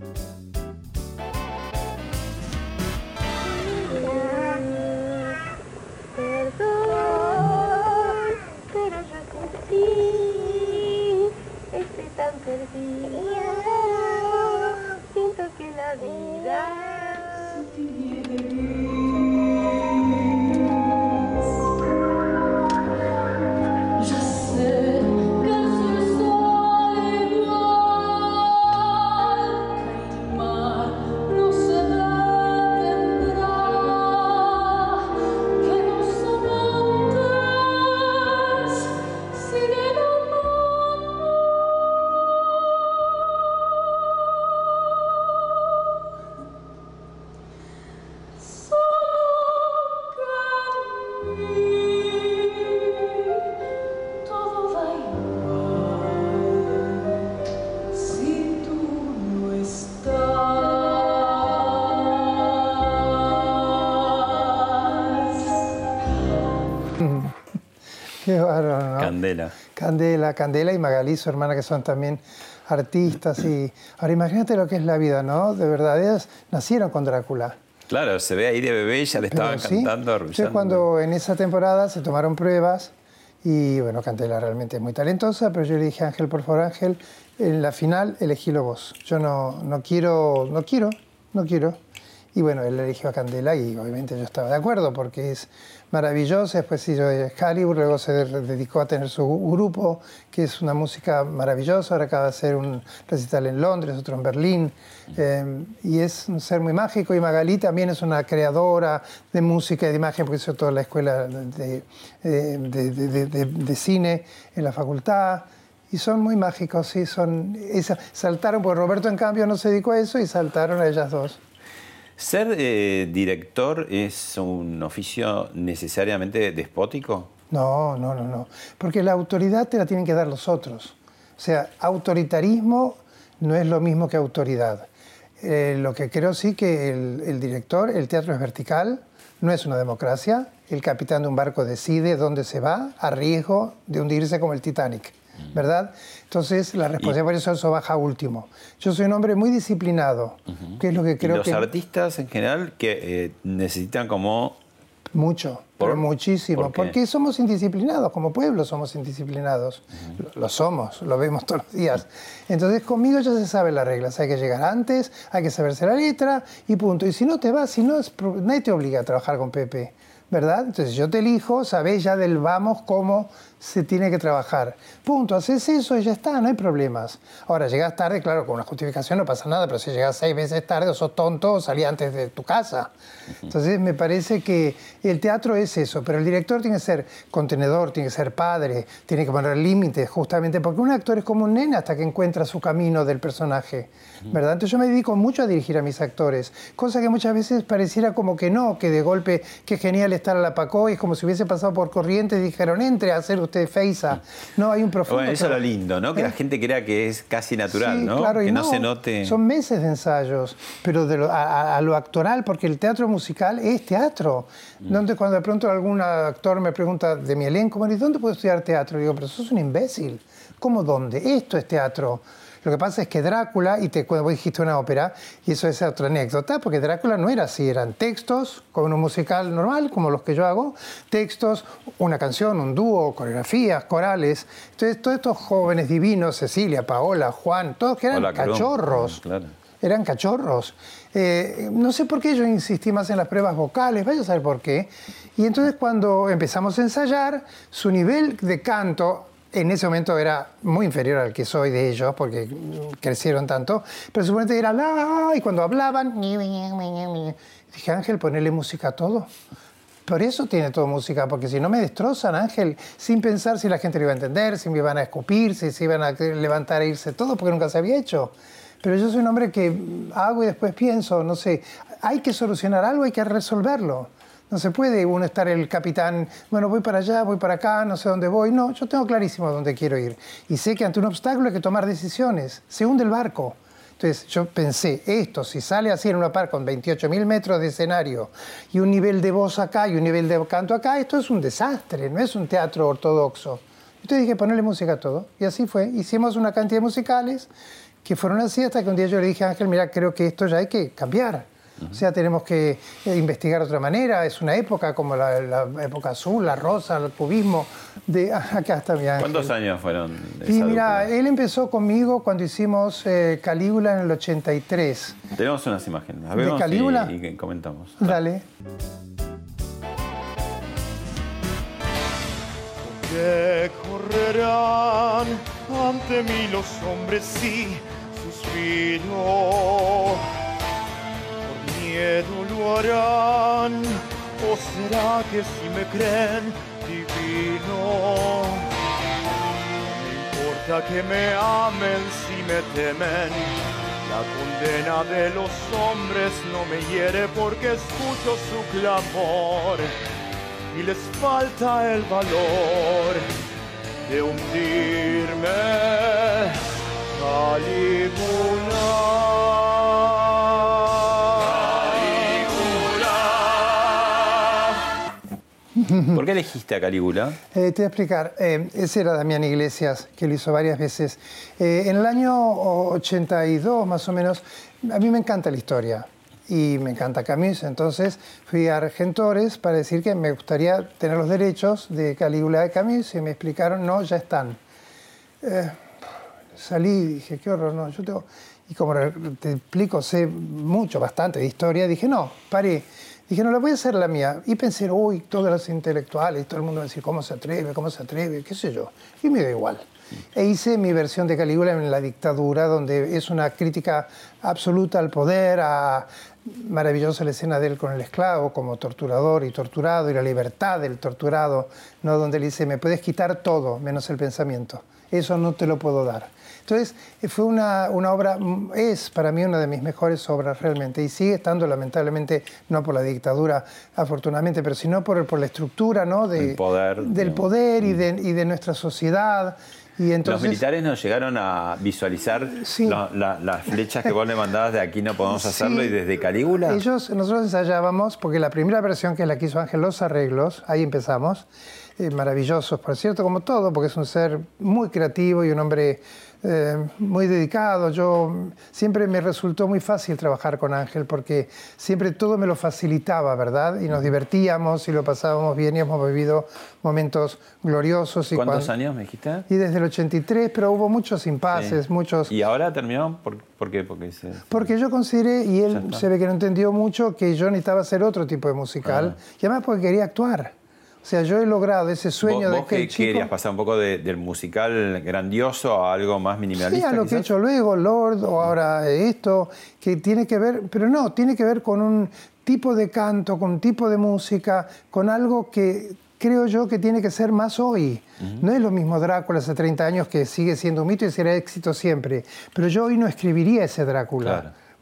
Tan perdida, siento que la vida ya sé que si soy igual que el mar no se detendrá, que los amantes siguen amando. Qué bárbaro, ¿no? Candela. Candela, Candela y Magalí, su hermana, que son también artistas. Y ahora imagínate lo que es la vida, ¿no? De verdad, ellas nacieron con Drácula. Claro, se ve ahí de bebé y ya le estaban Pero, cantando, ¿sí? arrullando. Yo cuando en esa temporada se tomaron pruebas y bueno, Candela realmente es muy talentosa, pero yo le dije, Ángel, por favor, Ángel, en la final elegílo vos. Yo no, no quiero, no quiero, no quiero. Y bueno, él eligió a Candela y obviamente yo estaba de acuerdo porque es maravillosa. Después hizo Excalibur, luego se dedicó a tener su grupo, que es una música maravillosa. Ahora acaba de hacer un recital en Londres, otro en Berlín. Eh, y es un ser muy mágico. Y Magalí también es una creadora de música y de imagen, porque hizo toda la escuela de, de, de, de, de, de cine en la facultad. Y son muy mágicos, sí, son... Esa, saltaron, porque Roberto en cambio no se dedicó a eso y saltaron a ellas dos. ¿Ser eh, director es un oficio necesariamente despótico? No, no, no, no. Porque la autoridad te la tienen que dar los otros. O sea, autoritarismo no es lo mismo que autoridad. Eh, lo que creo sí que el, el director, el teatro es vertical, no es una democracia. El capitán de un barco decide dónde se va a riesgo de hundirse como el Titanic, ¿verdad? Entonces la responsabilidad por eso, eso baja último. Yo soy un hombre muy disciplinado, uh-huh. que es lo que creo ¿Y los que... artistas en general que eh, necesitan como... Mucho, ¿Por? pero muchísimo. ¿Por qué? Porque somos indisciplinados, como pueblo somos indisciplinados. Uh-huh. lo, lo somos, lo vemos todos los días. Entonces conmigo ya se saben las reglas. Hay que llegar antes, hay que saberse la letra y punto. Y si no te vas, si no es, nadie te obliga a trabajar con Pepe, ¿verdad? Entonces yo te elijo, sabés ya del vamos cómo se tiene que trabajar. Punto, haces eso y ya está, no hay problemas. Ahora, llegás tarde, claro, con una justificación no pasa nada, pero si llegás seis veces tarde o sos tonto o salí antes de tu casa. Entonces me parece que el teatro es eso, pero el director tiene que ser contenedor, tiene que ser padre, tiene que poner límites, justamente porque un actor es como un nene hasta que encuentra su camino del personaje, ¿verdad? Entonces yo me dedico mucho a dirigir a mis actores, cosa que muchas veces pareciera como que no, que de golpe, qué genial estar a la Pacó y es como si hubiese pasado por Corrientes y dijeron, entre a hacer usted Feiza. No, hay un profundo... Bueno, eso es lo lindo, ¿no? Que ¿Eh? la gente crea que es casi natural, sí, ¿no? Claro, que y no, no se note... Son meses de ensayos, pero de lo, a, a lo actoral, porque el teatro musical es teatro. Mm. Donde cuando de pronto algún actor me pregunta de mi elenco, bueno, ¿y dónde puedo estudiar teatro? Y digo, pero sos un imbécil. ¿Cómo dónde? Esto es teatro. Lo que pasa es que Drácula, y te, cuando vos dijiste una ópera, y eso es otra anécdota, porque Drácula no era así, eran textos, como un musical normal, como los que yo hago, textos, una canción, un dúo, coreografías, corales. Entonces, todos estos jóvenes divinos, Cecilia, Paola, Juan, todos que eran Hola, cachorros. Claro. Eran cachorros. Eh, no sé por qué yo insistí más en las pruebas vocales, vaya a saber por qué. Y entonces cuando empezamos a ensayar, su nivel de canto en ese momento era muy inferior al que soy de ellos, porque crecieron tanto, pero suponete era la, y cuando hablaban, dije, Ángel, ponele música a todo. Por eso tiene todo música, porque si no me destrozan, Ángel, sin pensar si la gente lo iba a entender, si me iban a escupir, si se iban a levantar e irse todo, porque nunca se había hecho. Pero yo soy un hombre que hago y después pienso, no sé, hay que solucionar algo, hay que resolverlo. No se puede uno estar el capitán, bueno, voy para allá, voy para acá, no sé dónde voy. No, yo tengo clarísimo dónde quiero ir. Y sé que ante un obstáculo hay que tomar decisiones. Se hunde el barco. Entonces yo pensé, esto, si sale así en una par con veintiocho mil metros de escenario y un nivel de voz acá y un nivel de canto acá, esto es un desastre, no es un teatro ortodoxo. Entonces dije, ponerle música a todo. Y así fue. Hicimos una cantidad de musicales que fueron así hasta que un día yo le dije a Ángel, mira, creo que esto ya hay que cambiar. O sea, tenemos que investigar de otra manera. Es una época como la, la época azul, la rosa, el cubismo. De, acá está mi Ángel. ¿Cuántos años fueron de Y esa mira, dupla? él empezó conmigo cuando hicimos eh, Calígula en el ochenta y tres. Tenemos unas imágenes. A ¿De vemos Calígula? Y, y comentamos. Dale. Que correrán ante mí los hombres, sí, suspiro. Miedo lo harán, o será que si me creen divino, no me importa que me amen si me temen, la condena de los hombres no me hiere porque escucho su clamor y les falta el valor de hundirme. Calígula. ¿Por qué elegiste a Calígula? Eh, te voy a explicar. Eh, ese era Damián Iglesias, que lo hizo varias veces. Eh, en el año ochenta y dos, más o menos, a mí me encanta la historia y me encanta Camus. Entonces fui a Argentores para decir que me gustaría tener los derechos de Calígula de Camus y me explicaron, no, ya están. Eh, salí y dije, qué horror, no, yo tengo... Y como te explico, sé mucho, bastante de historia, dije, no, paré. Dije, no, la voy a hacer la mía. Y pensé, uy, todos los intelectuales, todo el mundo va a decir, ¿cómo se atreve? ¿Cómo se atreve? ¿Qué sé yo? Y me da igual. E hice mi versión de Calígula en la dictadura, donde es una crítica absoluta al poder, a maravillosa la escena de él con el esclavo, como torturador y torturado, y la libertad del torturado, ¿no? Donde él dice, me puedes quitar todo, menos el pensamiento. Eso no te lo puedo dar. Entonces, fue una, una obra, es para mí una de mis mejores obras realmente, y sigue estando lamentablemente, no por la dictadura, afortunadamente, pero sino por, por la estructura, ¿no? De, el poder. Del ¿no? poder y de, y de nuestra sociedad. Y entonces, los militares nos llegaron a visualizar sí. la, la, las flechas que vos le mandabas de aquí no podemos hacerlo, sí. Y desde Calígula. Ellos, nosotros ensayábamos, porque la primera versión, que es la que hizo Ángel, los arreglos, ahí empezamos, eh, maravillosos, por cierto, como todo, porque es un ser muy creativo y un hombre eh, muy dedicado. Yo siempre me resultó muy fácil trabajar con Ángel, porque siempre todo me lo facilitaba, ¿verdad? Y nos divertíamos y lo pasábamos bien y hemos vivido momentos gloriosos. Y ¿Cuántos cuando, años me dijiste? Y desde el ochenta y tres, pero hubo muchos impases, sí. muchos... ¿Y ahora terminó? ¿Por, por qué? Porque, se, porque yo consideré, y él se ve que no entendió mucho, que yo necesitaba hacer otro tipo de musical, ah. y además porque quería actuar. O sea, yo he logrado ese sueño ¿Vos, de vos que que el chico... querías pasar un poco de, del musical grandioso a algo más minimalista? Sí, a lo quizás? que he hecho luego, Lord, o ahora esto, que tiene que ver, pero no, tiene que ver con un tipo de canto, con un tipo de música, con algo que creo yo que tiene que ser más hoy. Uh-huh. No es lo mismo Drácula hace treinta años, que sigue siendo un mito y será éxito siempre, pero yo hoy no escribiría ese Drácula. Claro.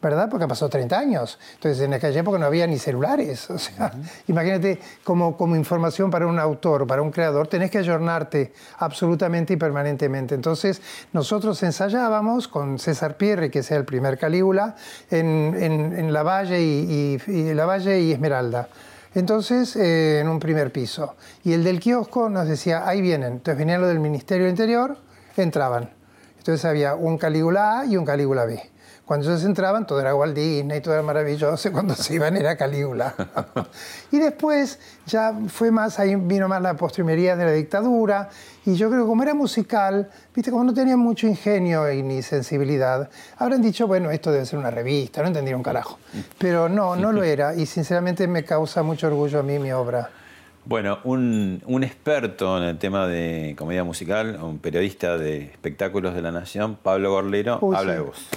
¿verdad? Porque han pasado treinta años. Entonces, en aquella época no había ni celulares. O sea, uh-huh. imagínate, como, como información para un autor, para un creador, tenés que ayornarte absolutamente y permanentemente. Entonces, nosotros ensayábamos con César Pierre, que es el primer Calígula, en, en, en Lavalle y, y, y Lavalle y Esmeralda. Entonces, eh, en un primer piso. Y el del kiosco nos decía, ahí vienen. Entonces, venían los del Ministerio del Interior, entraban. Entonces, había un Calígula A y un Calígula B. Cuando ellos entraban, todo era Walt Disney, todo era maravilloso, y cuando se iban era Calígula. Y después ya fue más, ahí vino más la postrimería de la dictadura, y yo creo que como era musical, viste, como no tenía mucho ingenio y ni sensibilidad, habrán dicho, bueno, esto debe ser una revista, no entendieron un carajo. Pero no, no lo era, y sinceramente me causa mucho orgullo a mí mi obra. Bueno, un, un experto en el tema de comedia musical, un periodista de espectáculos de La Nación, Pablo Gorlero, Uy, habla sí. de vos.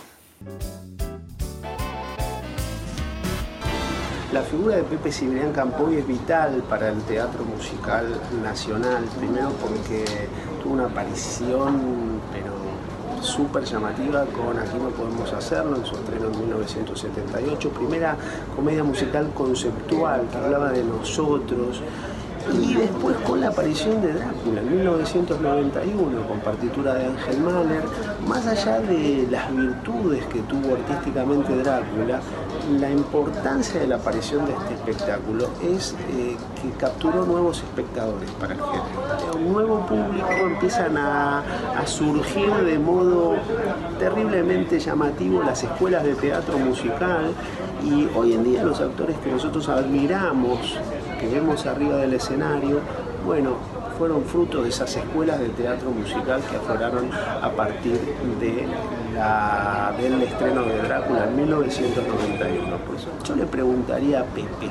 La figura de Pepe Cibrián Campoy es vital para el teatro musical nacional, primero porque tuvo una aparición pero súper llamativa con Aquí no podemos hacerlo, en su estreno en mil novecientos setenta y ocho, primera comedia musical conceptual que hablaba de nosotros. Y después con la aparición de Drácula en mil novecientos noventa y uno, con partitura de Ángel Mahler, más allá de las virtudes que tuvo artísticamente Drácula, la importancia de la aparición de este espectáculo es eh, que capturó nuevos espectadores para el género. Un nuevo público, empiezan a, a surgir de modo terriblemente llamativo las escuelas de teatro musical, y hoy en día los actores que nosotros admiramos, que vemos arriba del escenario, bueno, fueron fruto de esas escuelas de teatro musical que afloraron a partir de la, del estreno de Drácula en mil novecientos noventa y uno. Por eso yo le preguntaría a Pepe,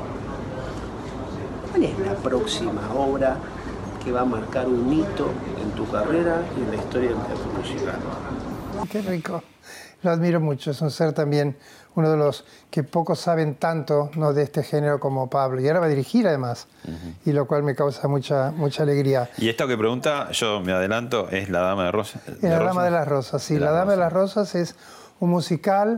¿cuál es la próxima obra que va a marcar un hito en tu carrera y en la historia del teatro musical? Qué rico. Lo admiro mucho. Es un ser también uno de los que pocos saben tanto, ¿no?, de este género como Pablo. Y ahora va a dirigir además, uh-huh. y lo cual me causa mucha, mucha alegría. Y esto que pregunta, yo me adelanto, es La Dama de Rosas. De La Dama Rosas? de las Rosas, sí. De La, la Dama Rosa. de las Rosas es un musical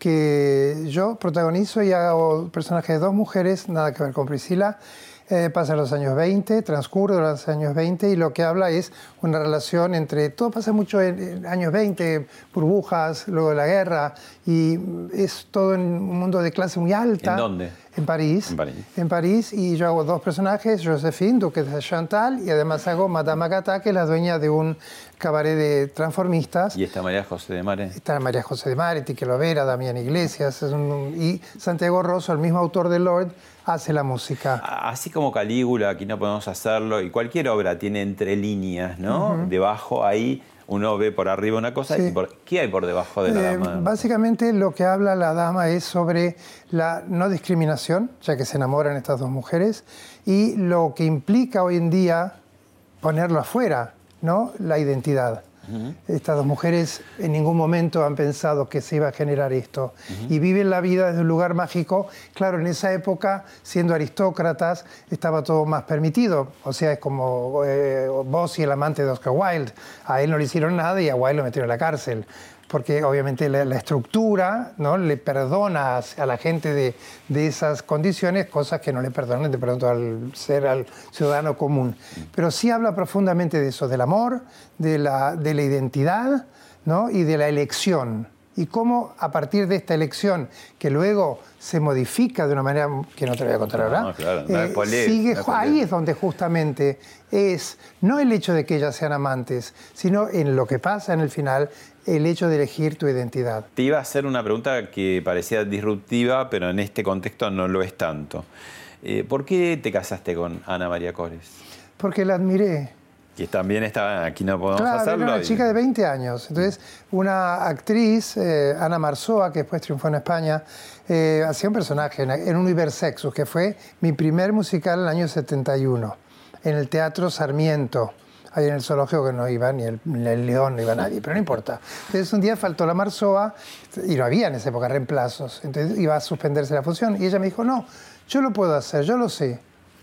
que yo protagonizo y hago personajes de dos mujeres, nada que ver con Priscila. Eh, pasa en los años veinte, transcurre los años veinte, y lo que habla es una relación entre... Todo pasa mucho en, en años veinte, burbujas, luego la guerra, y es todo en un mundo de clase muy alta. ¿En dónde? En París. En París. En París, y yo hago dos personajes, Josephine, duquesa de Chantal, y además hago Madame Agatha, que es la dueña de un cabaret de transformistas. ¿Y está María José de Mare? Está María José de Mare, Tique Lovera, Damián Iglesias, es un, y Santiago Rosso, el mismo autor de Lord, hace la música. Así como Calígula, Aquí no podemos hacerlo, y cualquier obra tiene entre líneas, ¿no? Uh-huh. Debajo ahí uno ve por arriba una cosa, sí. y por, ¿qué hay por debajo de La Dama? Eh, básicamente lo que habla La Dama es sobre la no discriminación, ya que se enamoran estas dos mujeres, y lo que implica hoy en día ponerlo afuera, ¿no?, la identidad. Uh-huh. Estas dos mujeres en ningún momento han pensado que se iba a generar esto, uh-huh. y viven la vida desde un lugar mágico. Claro, en esa época, siendo aristócratas, estaba todo más permitido. O sea, es como eh, vos y el amante de Oscar Wilde. A él no le hicieron nada y a Wilde lo metieron en la cárcel, porque obviamente la, la estructura, ¿no?, le perdona a la gente de, de esas condiciones cosas que no le perdonan de pronto al ser al ciudadano común. Pero sí habla profundamente de eso, del amor, de la, de la identidad, ¿no?, y de la elección. Y cómo a partir de esta elección, que luego se modifica de una manera que no te voy a contar ahora, no, claro, no eh, poler, sigue, no ahí es donde justamente es no el hecho de que ellas sean amantes, sino en lo que pasa en el final, el hecho de elegir tu identidad. Te iba a hacer una pregunta que parecía disruptiva, pero en este contexto no lo es tanto. Eh, ¿Por qué te casaste con Ana María Cores? Porque la admiré. Que también estaba, Aquí no podemos claro, hacerlo. Era una y... chica de veinte años. Entonces, una actriz, eh, Ana Marzoa, que después triunfó en España, eh, hacía un personaje en, en Universexus, que fue mi primer musical en el año setenta y uno, en el Teatro Sarmiento. Ahí en el zoológico, que no iba ni el, ni el León, no iba nadie, pero no importa. Entonces un día faltó la Marzoa, y no había en esa época reemplazos, entonces iba a suspenderse la función, y ella me dijo, no, yo lo puedo hacer, yo lo sé.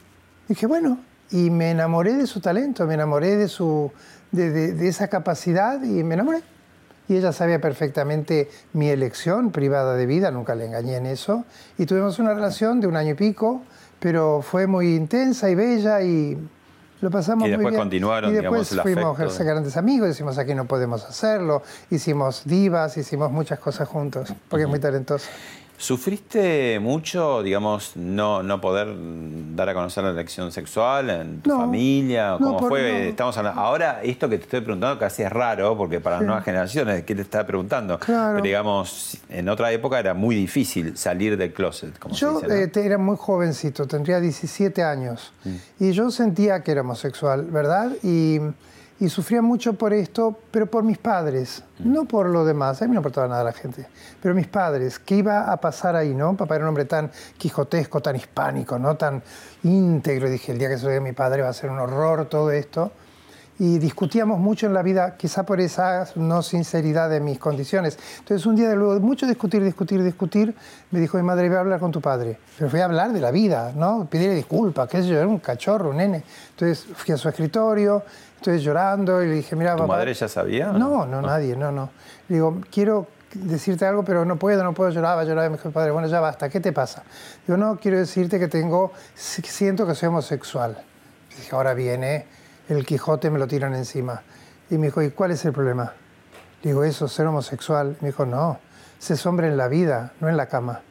Y dije, bueno, y me enamoré de su talento, me enamoré de, su, de, de, de esa capacidad, y me enamoré. y ella sabía perfectamente mi elección privada de vida, nunca le engañé en eso, y tuvimos una relación de un año y pico, pero fue muy intensa y bella y lo pasamos muy bien. Y después continuaron, y después digamos, el fuimos afecto. a ser grandes amigos, decimos aquí no podemos hacerlo, hicimos divas, hicimos muchas cosas juntos, porque es muy talentoso. ¿Sufriste mucho, digamos, no, no poder dar a conocer la elección sexual en tu No, familia? no, ¿Cómo por- fue? no. Estamos hablando, ahora, esto que te estoy preguntando casi es raro, porque para Sí. nuevas generaciones, ¿qué te estaba preguntando? Claro. Pero digamos, en otra época era muy difícil salir del closet, como Yo se dice, ¿no? eh, te- era muy jovencito, tendría diecisiete años, y yo sentía que era homosexual, ¿verdad? Y, y sufría mucho por esto, pero por mis padres, no por lo demás, a mí no me importaba nada la gente, pero mis padres, ¿qué iba a pasar ahí, no? Papá era un hombre tan quijotesco, tan hispánico, ¿no? Tan íntegro, y dije, el día que se lo diga a mi padre va a ser un horror todo esto. Y discutíamos mucho en la vida, quizá por esa no sinceridad de mis condiciones. Entonces un día, luego de mucho discutir, discutir, discutir, me dijo mi madre, voy a hablar con tu padre. Pero fui a hablar de la vida, ¿no? Pedirle disculpas, qué sé yo, era un cachorro, un nene. Entonces fui a su escritorio, estoy llorando y le dije, mira, ¿Tu papá... madre ya sabía? No, no, nadie, no, no. Le digo, quiero decirte algo, pero no puedo, no puedo, lloraba, lloraba. Y me dijo, padre, bueno, ya basta, ¿qué te pasa? Digo, no, quiero decirte que tengo, siento que soy homosexual. Y dije, ahora viene... el Quijote, me lo tiran encima. Y me dijo, ¿y cuál es el problema? Le digo, eso, ser homosexual. Me dijo, no, se es hombre en la vida, no en la cama.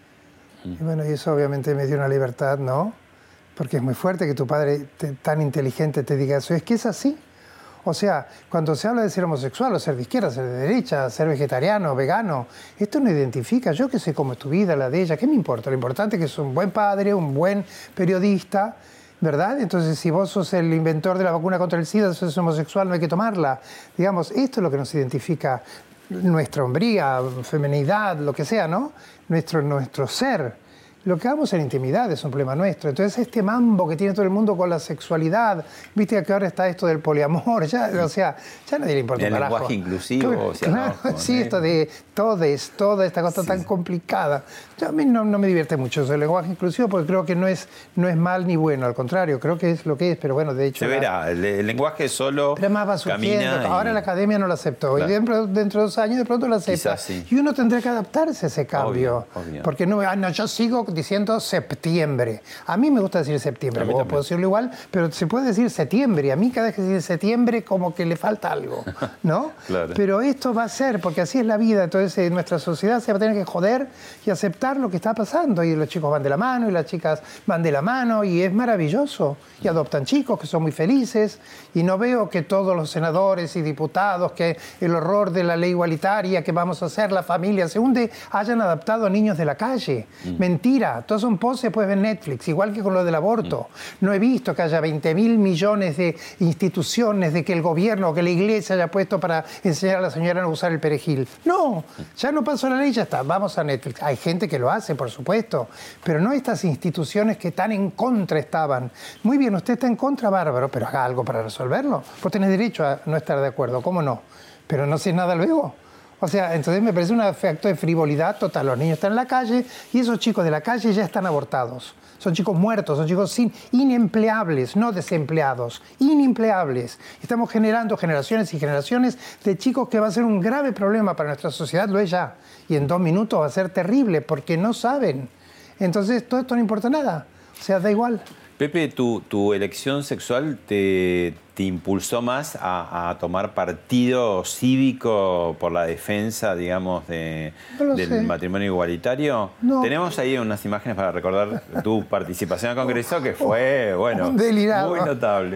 Mm. Y bueno, y eso obviamente me dio una libertad, ¿no? Porque es muy fuerte que tu padre te, tan inteligente te diga eso. Es que es así. O sea, cuando se habla de ser homosexual o ser de izquierda, ser de derecha, ser vegetariano, vegano, esto no identifica. Yo que sé cómo es tu vida, la de ella, ¿qué me importa? Lo importante es que es un buen padre, un buen periodista, ¿verdad? Entonces, si vos sos el inventor de la vacuna contra el SIDA, sos homosexual, no hay que tomarla. Digamos, esto es lo que nos identifica nuestra hombría, feminidad, lo que sea, ¿no? Nuestro, nuestro ser. Lo que hagamos en intimidad es un problema nuestro. Entonces, este mambo que tiene todo el mundo con la sexualidad, viste que ahora está esto del poliamor, ya, o sea, ya nadie le importa un El carajo. lenguaje inclusivo, Claro, o sea, claro, ¿no? sí, esto de todes, toda esta cosa Sí, tan sí. complicada. Yo, a mí no, no me divierte mucho eso, el lenguaje inclusivo, porque creo que no es, no es mal ni bueno, al contrario, creo que es lo que es, pero bueno, de hecho... Se la- verá, el, el lenguaje solo Pero además va surgiendo. camina y- Ahora la academia no lo aceptó. Claro. Y dentro, dentro de dos años de pronto lo acepta. Quizás sí. Y uno tendrá que adaptarse a ese cambio. Obvio, obvio. Porque no, ah, no, yo sigo diciendo septiembre. A mí me gusta decir septiembre, A mí luego también. puedo decirlo igual, pero se puede decir septiembre. A mí cada vez que se dice septiembre como que le falta algo, ¿no? Claro. Pero esto va a ser, porque así es la vida. Entonces eh, nuestra sociedad se va a tener que joder y aceptar lo que está pasando. Y los chicos van de la mano y las chicas van de la mano y es maravilloso. Y adoptan chicos que son muy felices. Y no veo que todos los senadores y diputados, que el horror de la ley igualitaria, que vamos a hacer, la familia se hunde, hayan adaptado a niños de la calle. Mm. Mentira. Todos son poses, pues ven Netflix, igual que con lo del aborto. Mm. No he visto que haya veinte mil millones de instituciones, de que el gobierno o que la iglesia haya puesto para enseñar a la señora a no usar el perejil. No, ya no pasó la ley, ya está, vamos a Netflix. Hay gente que lo hace, por supuesto, pero no estas instituciones que tan en contra estaban. Muy bien, usted está en contra, bárbaro, pero haga algo para resolverlo. Vos tenés derecho a no estar de acuerdo, ¿cómo no? Pero no sé nada luego. O sea, entonces me parece un acto de frivolidad total. Los niños están en la calle y esos chicos de la calle ya están abortados. Son chicos muertos, son chicos sin, inempleables, no desempleados, inempleables. Estamos generando generaciones y generaciones de chicos que va a ser un grave problema para nuestra sociedad, lo es ya. Y en dos minutos va a ser terrible porque no saben. Entonces todo esto no importa nada. O sea, da igual. Pepe, ¿tu, tu elección sexual te, te impulsó más a, a tomar partido cívico por la defensa, digamos, de, No lo del sé. matrimonio igualitario? No. Tenemos ahí unas imágenes para recordar tu participación en el Congreso, que fue, bueno, Un delirado. muy notable.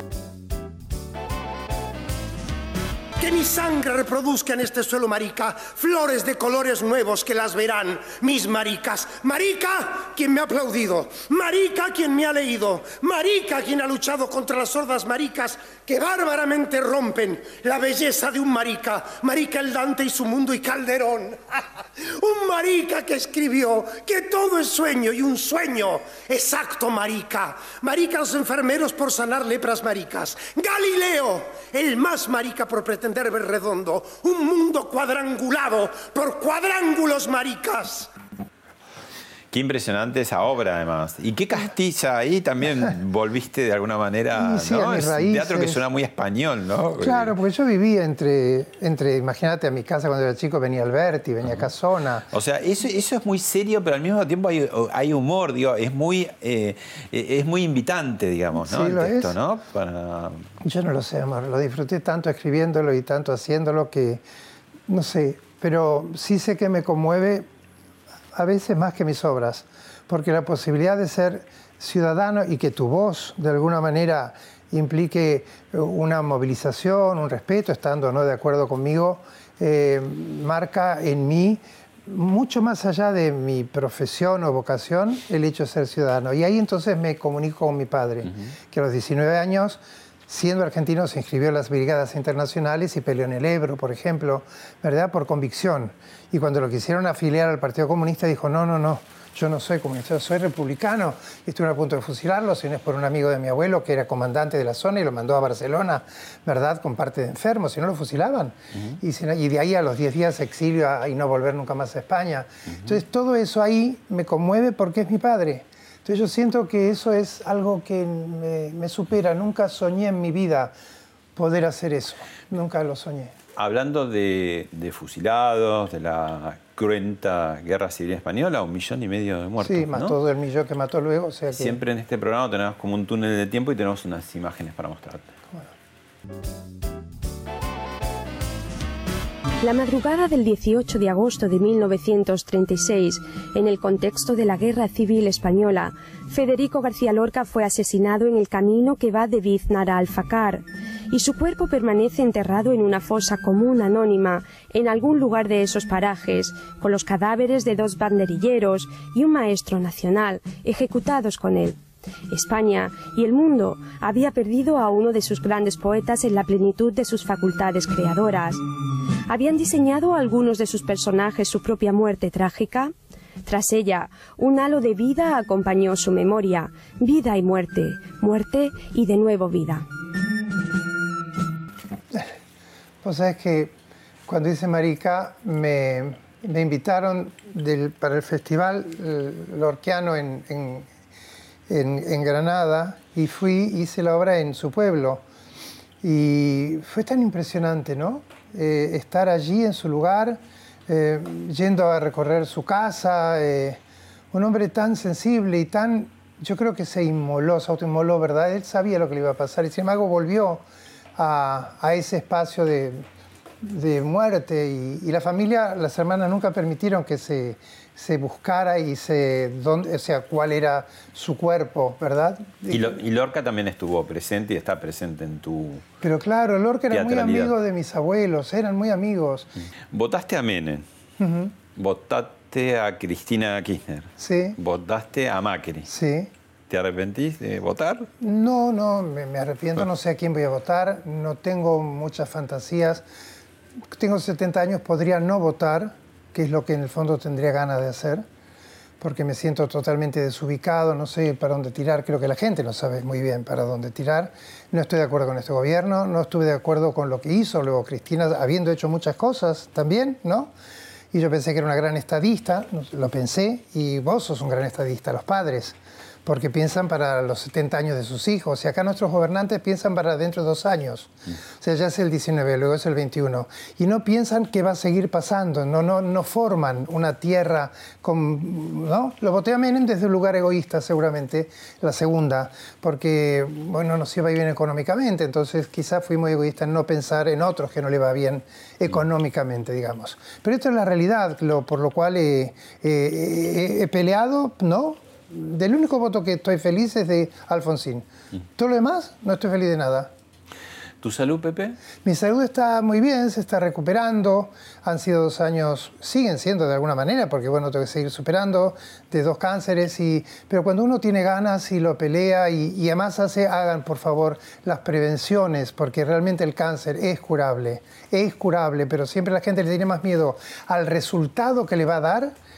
Que mi sangre reproduzca en este suelo, marica, flores de colores nuevos que las verán mis maricas. Marica, quien me ha aplaudido. Marica, quien me ha leído. Marica, quien ha luchado contra las sordas maricas que bárbaramente rompen la belleza de un marica. Marica el Dante y su mundo y Calderón. Un marica que escribió que todo es sueño y un sueño exacto, marica. Marica los enfermeros por sanar lepras maricas. Galileo, el más marica por pretender ver redondo un mundo cuadrangulado por cuadrángulos maricas. Qué impresionante esa obra, además. ¿Y qué Castilla? Ahí también volviste de alguna manera, sí, ¿no? a mis Es un raíces. teatro que suena muy español, ¿no? Claro, porque yo vivía entre, entre imagínate, a mi casa cuando era chico venía Alberti, venía uh-huh. Casona. O sea, eso, eso es muy serio, pero al mismo tiempo hay, hay humor, digo, es muy, eh, es muy invitante, digamos, ¿no? Sí, el lo texto, es. ¿no? Para... Yo no lo sé, amor, lo disfruté tanto escribiéndolo y tanto haciéndolo que, no sé, pero sí sé que me conmueve a veces más que mis obras. Porque la posibilidad de ser ciudadano y que tu voz de alguna manera implique una movilización, un respeto, estando o no de acuerdo conmigo, eh, marca en mí, mucho más allá de mi profesión o vocación, el hecho de ser ciudadano. Y ahí entonces me comunico con mi padre, uh-huh. que a los diecinueve años, siendo argentino, se inscribió en las brigadas internacionales y peleó en el Ebro, por ejemplo, ¿verdad? Por convicción. Y cuando lo quisieron afiliar al Partido Comunista, dijo, no, no, no. Yo no soy comunista, yo soy republicano. Y estuve a punto de fusilarlo, si no es por un amigo de mi abuelo que era comandante de la zona y lo mandó a Barcelona, ¿verdad?, con parte de enfermos, si no lo fusilaban. Uh-huh. y, si no, y de ahí a los diez días exilio a, y no volver nunca más a España. Uh-huh. Entonces todo eso ahí me conmueve porque es mi padre. Entonces yo siento que eso es algo que me, me supera. Nunca soñé en mi vida poder hacer eso. Nunca lo soñé. Hablando de, de fusilados, de la cruenta guerra civil española, un millón y medio de muertos. Sí, más ¿no? todo el millón que mató luego. O sea que... Siempre en este programa tenemos como un túnel de tiempo y tenemos unas imágenes para mostrarte. Bueno. La madrugada del dieciocho de agosto de mil novecientos treinta y seis, en el contexto de la Guerra Civil Española, Federico García Lorca fue asesinado en el camino que va de Biznar a Alfacar, y su cuerpo permanece enterrado en una fosa común anónima en algún lugar de esos parajes, con los cadáveres de dos banderilleros y un maestro nacional ejecutados con él. España y el mundo había perdido a uno de sus grandes poetas en la plenitud de sus facultades creadoras. ¿Habían diseñado algunos de sus personajes su propia muerte trágica? Tras ella, un halo de vida acompañó su memoria, vida y muerte, muerte y de nuevo vida. Pues sabes que cuando hice Marica me, me invitaron del, para el festival lorquiano en, en, en, en Granada y fui, hice la obra en su pueblo y fue tan impresionante, ¿no? Eh, estar allí en su lugar, eh, yendo a recorrer su casa, eh, un hombre tan sensible y tan, yo creo que se inmoló, se autoinmoló, ¿verdad? Él sabía lo que le iba a pasar y sin embargo volvió a, a ese espacio de, de muerte y, y la familia, las hermanas nunca permitieron que se, se buscara y se, dónde, o sea, cuál era su cuerpo, ¿verdad? Y, lo, y Lorca también estuvo presente y está presente en tu Pero claro, Lorca era muy amigo de mis abuelos, eran muy amigos. Votaste a Menem, uh-huh. Votaste a Cristina Kirchner, sí. Votaste a Macri. Sí. ¿Te arrepentís de votar? No, no, me, me arrepiento, no sé a quién voy a votar, no tengo muchas fantasías. Tengo setenta años, podría no votar, que es lo que en el fondo tendría ganas de hacer, porque me siento totalmente desubicado, no sé para dónde tirar, creo que la gente no sabe muy bien para dónde tirar. No estoy de acuerdo con este gobierno, no estuve de acuerdo con lo que hizo luego Cristina, habiendo hecho muchas cosas también, ¿no? Y yo pensé que era una gran estadista, lo pensé, y vos sos un gran estadista, los padres, porque piensan para los setenta años de sus hijos. Y acá nuestros gobernantes piensan para dentro de dos años. Mm. O sea, ya es el diecinueve, luego es el veintiuno. Y no piensan qué va a seguir pasando, no, no, no forman una tierra con... ¿no? Lo voté a Menem desde un lugar egoísta, seguramente, la segunda, porque, bueno, nos iba bien económicamente, entonces quizás fui muy egoísta en no pensar en otros que no le va bien económicamente, digamos. Pero esto es la realidad, lo, por lo cual he, he, he peleado, ¿no? Del único voto que estoy feliz es de Alfonsín. Todo lo demás, no estoy feliz de nada. ¿Tu salud, Pepe? Mi salud está muy bien, se está recuperando. Han sido dos años, siguen siendo de alguna manera, porque bueno, tengo que seguir superando, de dos cánceres. Y, pero cuando uno tiene ganas y lo pelea y, y además hace, hagan por favor las prevenciones, porque realmente el cáncer es curable, es curable, pero siempre la gente le tiene más miedo al resultado que le va a dar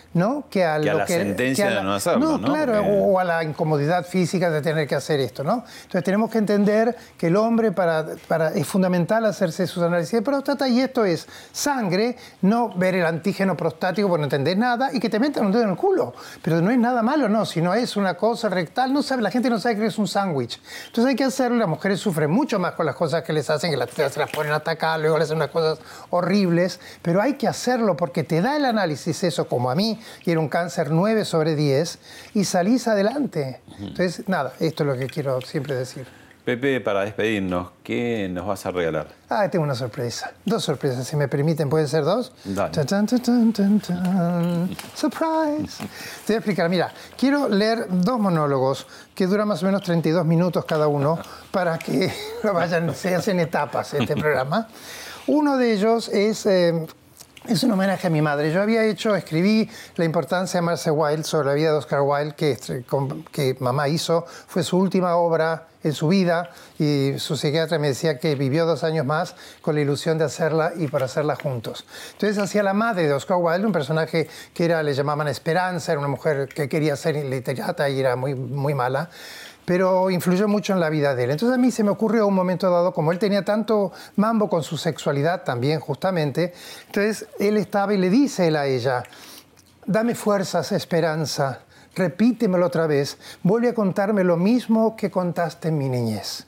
¿no? Que a, que lo a la que, sentencia que a la, de no hacerlo, ¿no? No, claro, Porque... o a la incomodidad física de tener que hacer esto, ¿no? Entonces tenemos que entender que el hombre para, para, es fundamental hacerse sus análisis de próstata, y esto es sangre, no ver el antígeno prostático porque no entendés nada, y que te metan un dedo en el culo. Pero no es nada malo, no, si no es una cosa rectal, no sabe, la gente no sabe que es un sándwich. Entonces hay que hacerlo, las mujeres sufren mucho más con las cosas que les hacen, que las, se las ponen a atacar, luego les hacen unas cosas horribles, pero hay que hacerlo porque te da el análisis eso, como a mí, y era un cáncer nueve sobre diez, y salís adelante. Entonces, nada, esto es lo que quiero siempre decir. Pepe, para despedirnos, ¿qué nos vas a regalar? Ah, tengo una sorpresa. Dos sorpresas, si me permiten. ¿Pueden ser dos? Dale. Tan, tan, tan, tan, tan, tan. Surprise. Te voy a explicar. Mira, quiero leer dos monólogos que duran más o menos treinta y dos minutos cada uno para que lo vayan, se hacen etapas este programa. Uno de ellos es... Eh, Es un homenaje a mi madre. Yo había hecho, escribí la importancia de Marcia Wilde sobre la vida de Oscar Wilde, que, que mamá hizo. Fue su última obra en su vida, y su psiquiatra me decía que vivió dos años más con la ilusión de hacerla y para hacerla juntos. Entonces hacía la madre de Oscar Wilde, un personaje que era, le llamaban Esperanza, era una mujer que quería ser literata y era muy, muy mala, pero influyó mucho en la vida de él. Entonces a mí se me ocurrió un momento dado, como él tenía tanto mambo con su sexualidad también, justamente, entonces él estaba y le dice él a ella, dame fuerzas, Esperanza, repítemelo otra vez, vuelve a contarme lo mismo que contaste en mi niñez.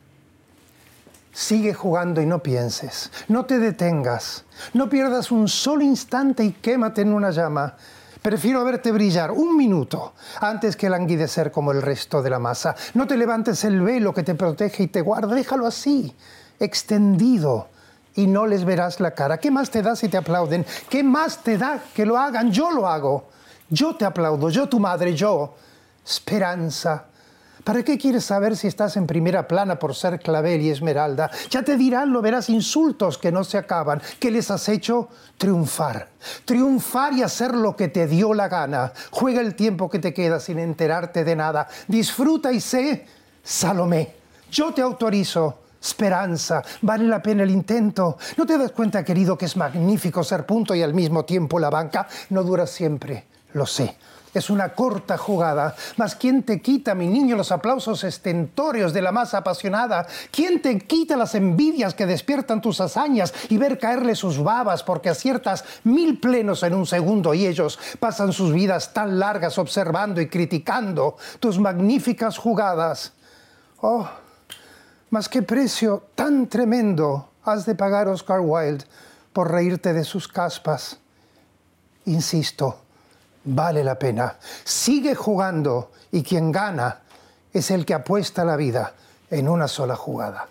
Sigue jugando y no pienses, no te detengas, no pierdas un solo instante y quémate en una llama. Prefiero verte brillar un minuto antes que languidecer como el resto de la masa. No te levantes el velo que te protege y te guarda. Déjalo así, extendido, y no les verás la cara. ¿Qué más te da si te aplauden? ¿Qué más te da que lo hagan? Yo lo hago. Yo te aplaudo, yo tu madre, yo. Esperanza. ¿Para qué quieres saber si estás en primera plana por ser clavel y esmeralda? Ya te dirán, lo verás, insultos que no se acaban. ¿Qué les has hecho? Triunfar. Triunfar y hacer lo que te dio la gana. Juega el tiempo que te queda sin enterarte de nada. Disfruta y sé, Salomé, yo te autorizo. Esperanza, vale la pena el intento. ¿No te das cuenta, querido, que es magnífico ser punto y al mismo tiempo la banca? No dura siempre, lo sé. Es una corta jugada, mas ¿quién te quita, mi niño, los aplausos estentóreos de la masa apasionada? ¿Quién te quita las envidias que despiertan tus hazañas y ver caerle sus babas porque aciertas mil plenos en un segundo y ellos pasan sus vidas tan largas observando y criticando tus magníficas jugadas? Oh, mas qué precio tan tremendo has de pagar, Oscar Wilde, por reírte de sus caspas. Insisto, vale la pena. Sigue jugando y quien gana es el que apuesta la vida en una sola jugada.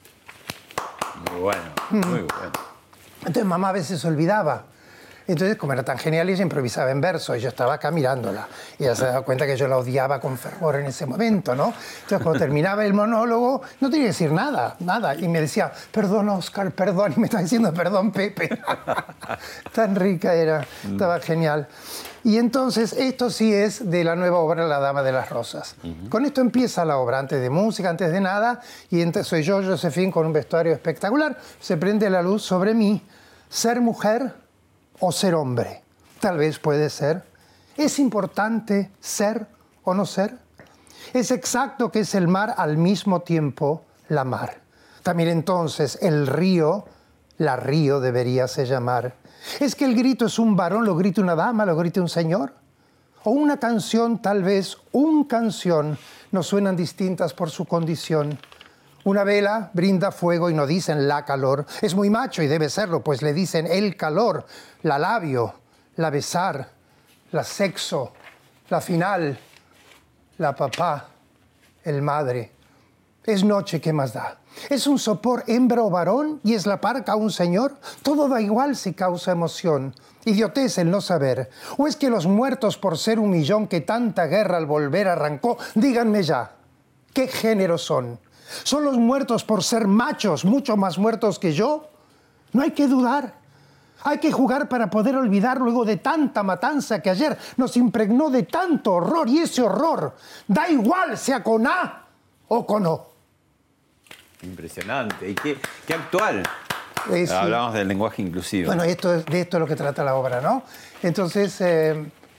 Muy bueno, muy bueno. Entonces mamá a veces se olvidaba. Entonces, como era tan genial, ella improvisaba en verso y yo estaba acá mirándola. Y ella se daba cuenta que yo la odiaba con fervor en ese momento, ¿no? Entonces, cuando terminaba el monólogo, no tenía que decir nada, nada. Y me decía, perdón, Oscar, perdón. Y me estaba diciendo, perdón, Pepe. Tan rica era, estaba genial. Y entonces, esto sí es de la nueva obra La Dama de las Rosas. Uh-huh. Con esto empieza la obra, antes de música, antes de nada. Y entonces soy yo, Josefín, con un vestuario espectacular. Se prende la luz sobre mí. Ser mujer o ser hombre, tal vez puede ser. ¿Es importante ser o no ser? Es exacto que es el mar al mismo tiempo la mar. También entonces el río, la río debería se llamar. ¿Es que el grito es un varón, lo grita una dama, lo grita un señor? O una canción, tal vez, un canción, nos suenan distintas por su condición. Una vela brinda fuego y no dicen la calor. Es muy macho y debe serlo, pues le dicen el calor, la labio, la besar, la sexo, la final, la papá, el madre. Es noche, ¿qué más da? ¿Es un sopor hembra o varón y es la parca un señor? Todo da igual si causa emoción. Idiotez el no saber. ¿O es que los muertos por ser un millón que tanta guerra al volver arrancó? Díganme ya, ¿qué género son? ¿Son los muertos por ser machos, mucho más muertos que yo? No hay que dudar. Hay que jugar para poder olvidar luego de tanta matanza que ayer nos impregnó de tanto horror. Y ese horror da igual sea con A o con O. Impresionante. Y qué, qué actual. Eh, sí. Hablamos del lenguaje inclusivo. Bueno, esto, de esto es lo que trata la obra, ¿no? Entonces, eh,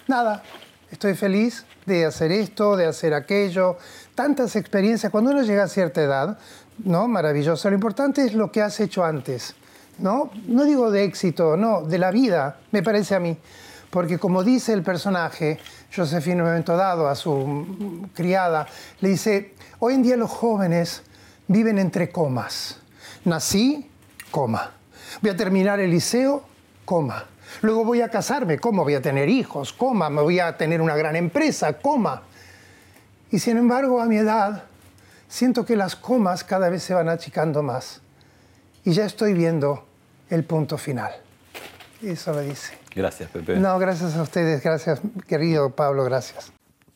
nada, estoy feliz de hacer esto, de hacer aquello, tantas experiencias. Cuando uno llega a cierta edad, ¿no? Maravilloso. Lo importante es lo que has hecho antes, ¿no? No digo de éxito, no, de la vida, me parece a mí. Porque como dice el personaje, Josefina en un momento dado a su criada, le dice, hoy en día los jóvenes viven entre comas. Nací, coma. Voy a terminar el liceo, coma. Luego voy a casarme, coma. Voy a tener hijos, coma. Me voy a tener una gran empresa, coma. Y sin embargo, a mi edad, siento que las comas cada vez se van achicando más. Y ya estoy viendo el punto final. Eso me dice. Gracias, Pepe. No, gracias a ustedes. Gracias, querido Pablo. Gracias.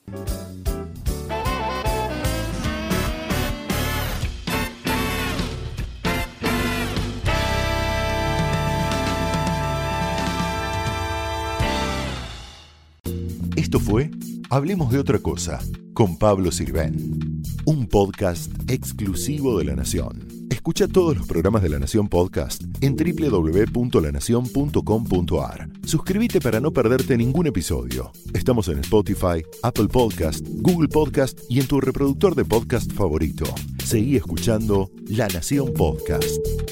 Esto fue Hablemos de otra cosa con Pablo Sirven, un podcast exclusivo de La Nación. Escucha todos los programas de La Nación Podcast en doble u doble u doble u punto la nación punto com punto a r. Suscríbete para no perderte ningún episodio. Estamos en Spotify, Apple Podcast, Google Podcast y en tu reproductor de podcast favorito. Seguí escuchando La Nación Podcast.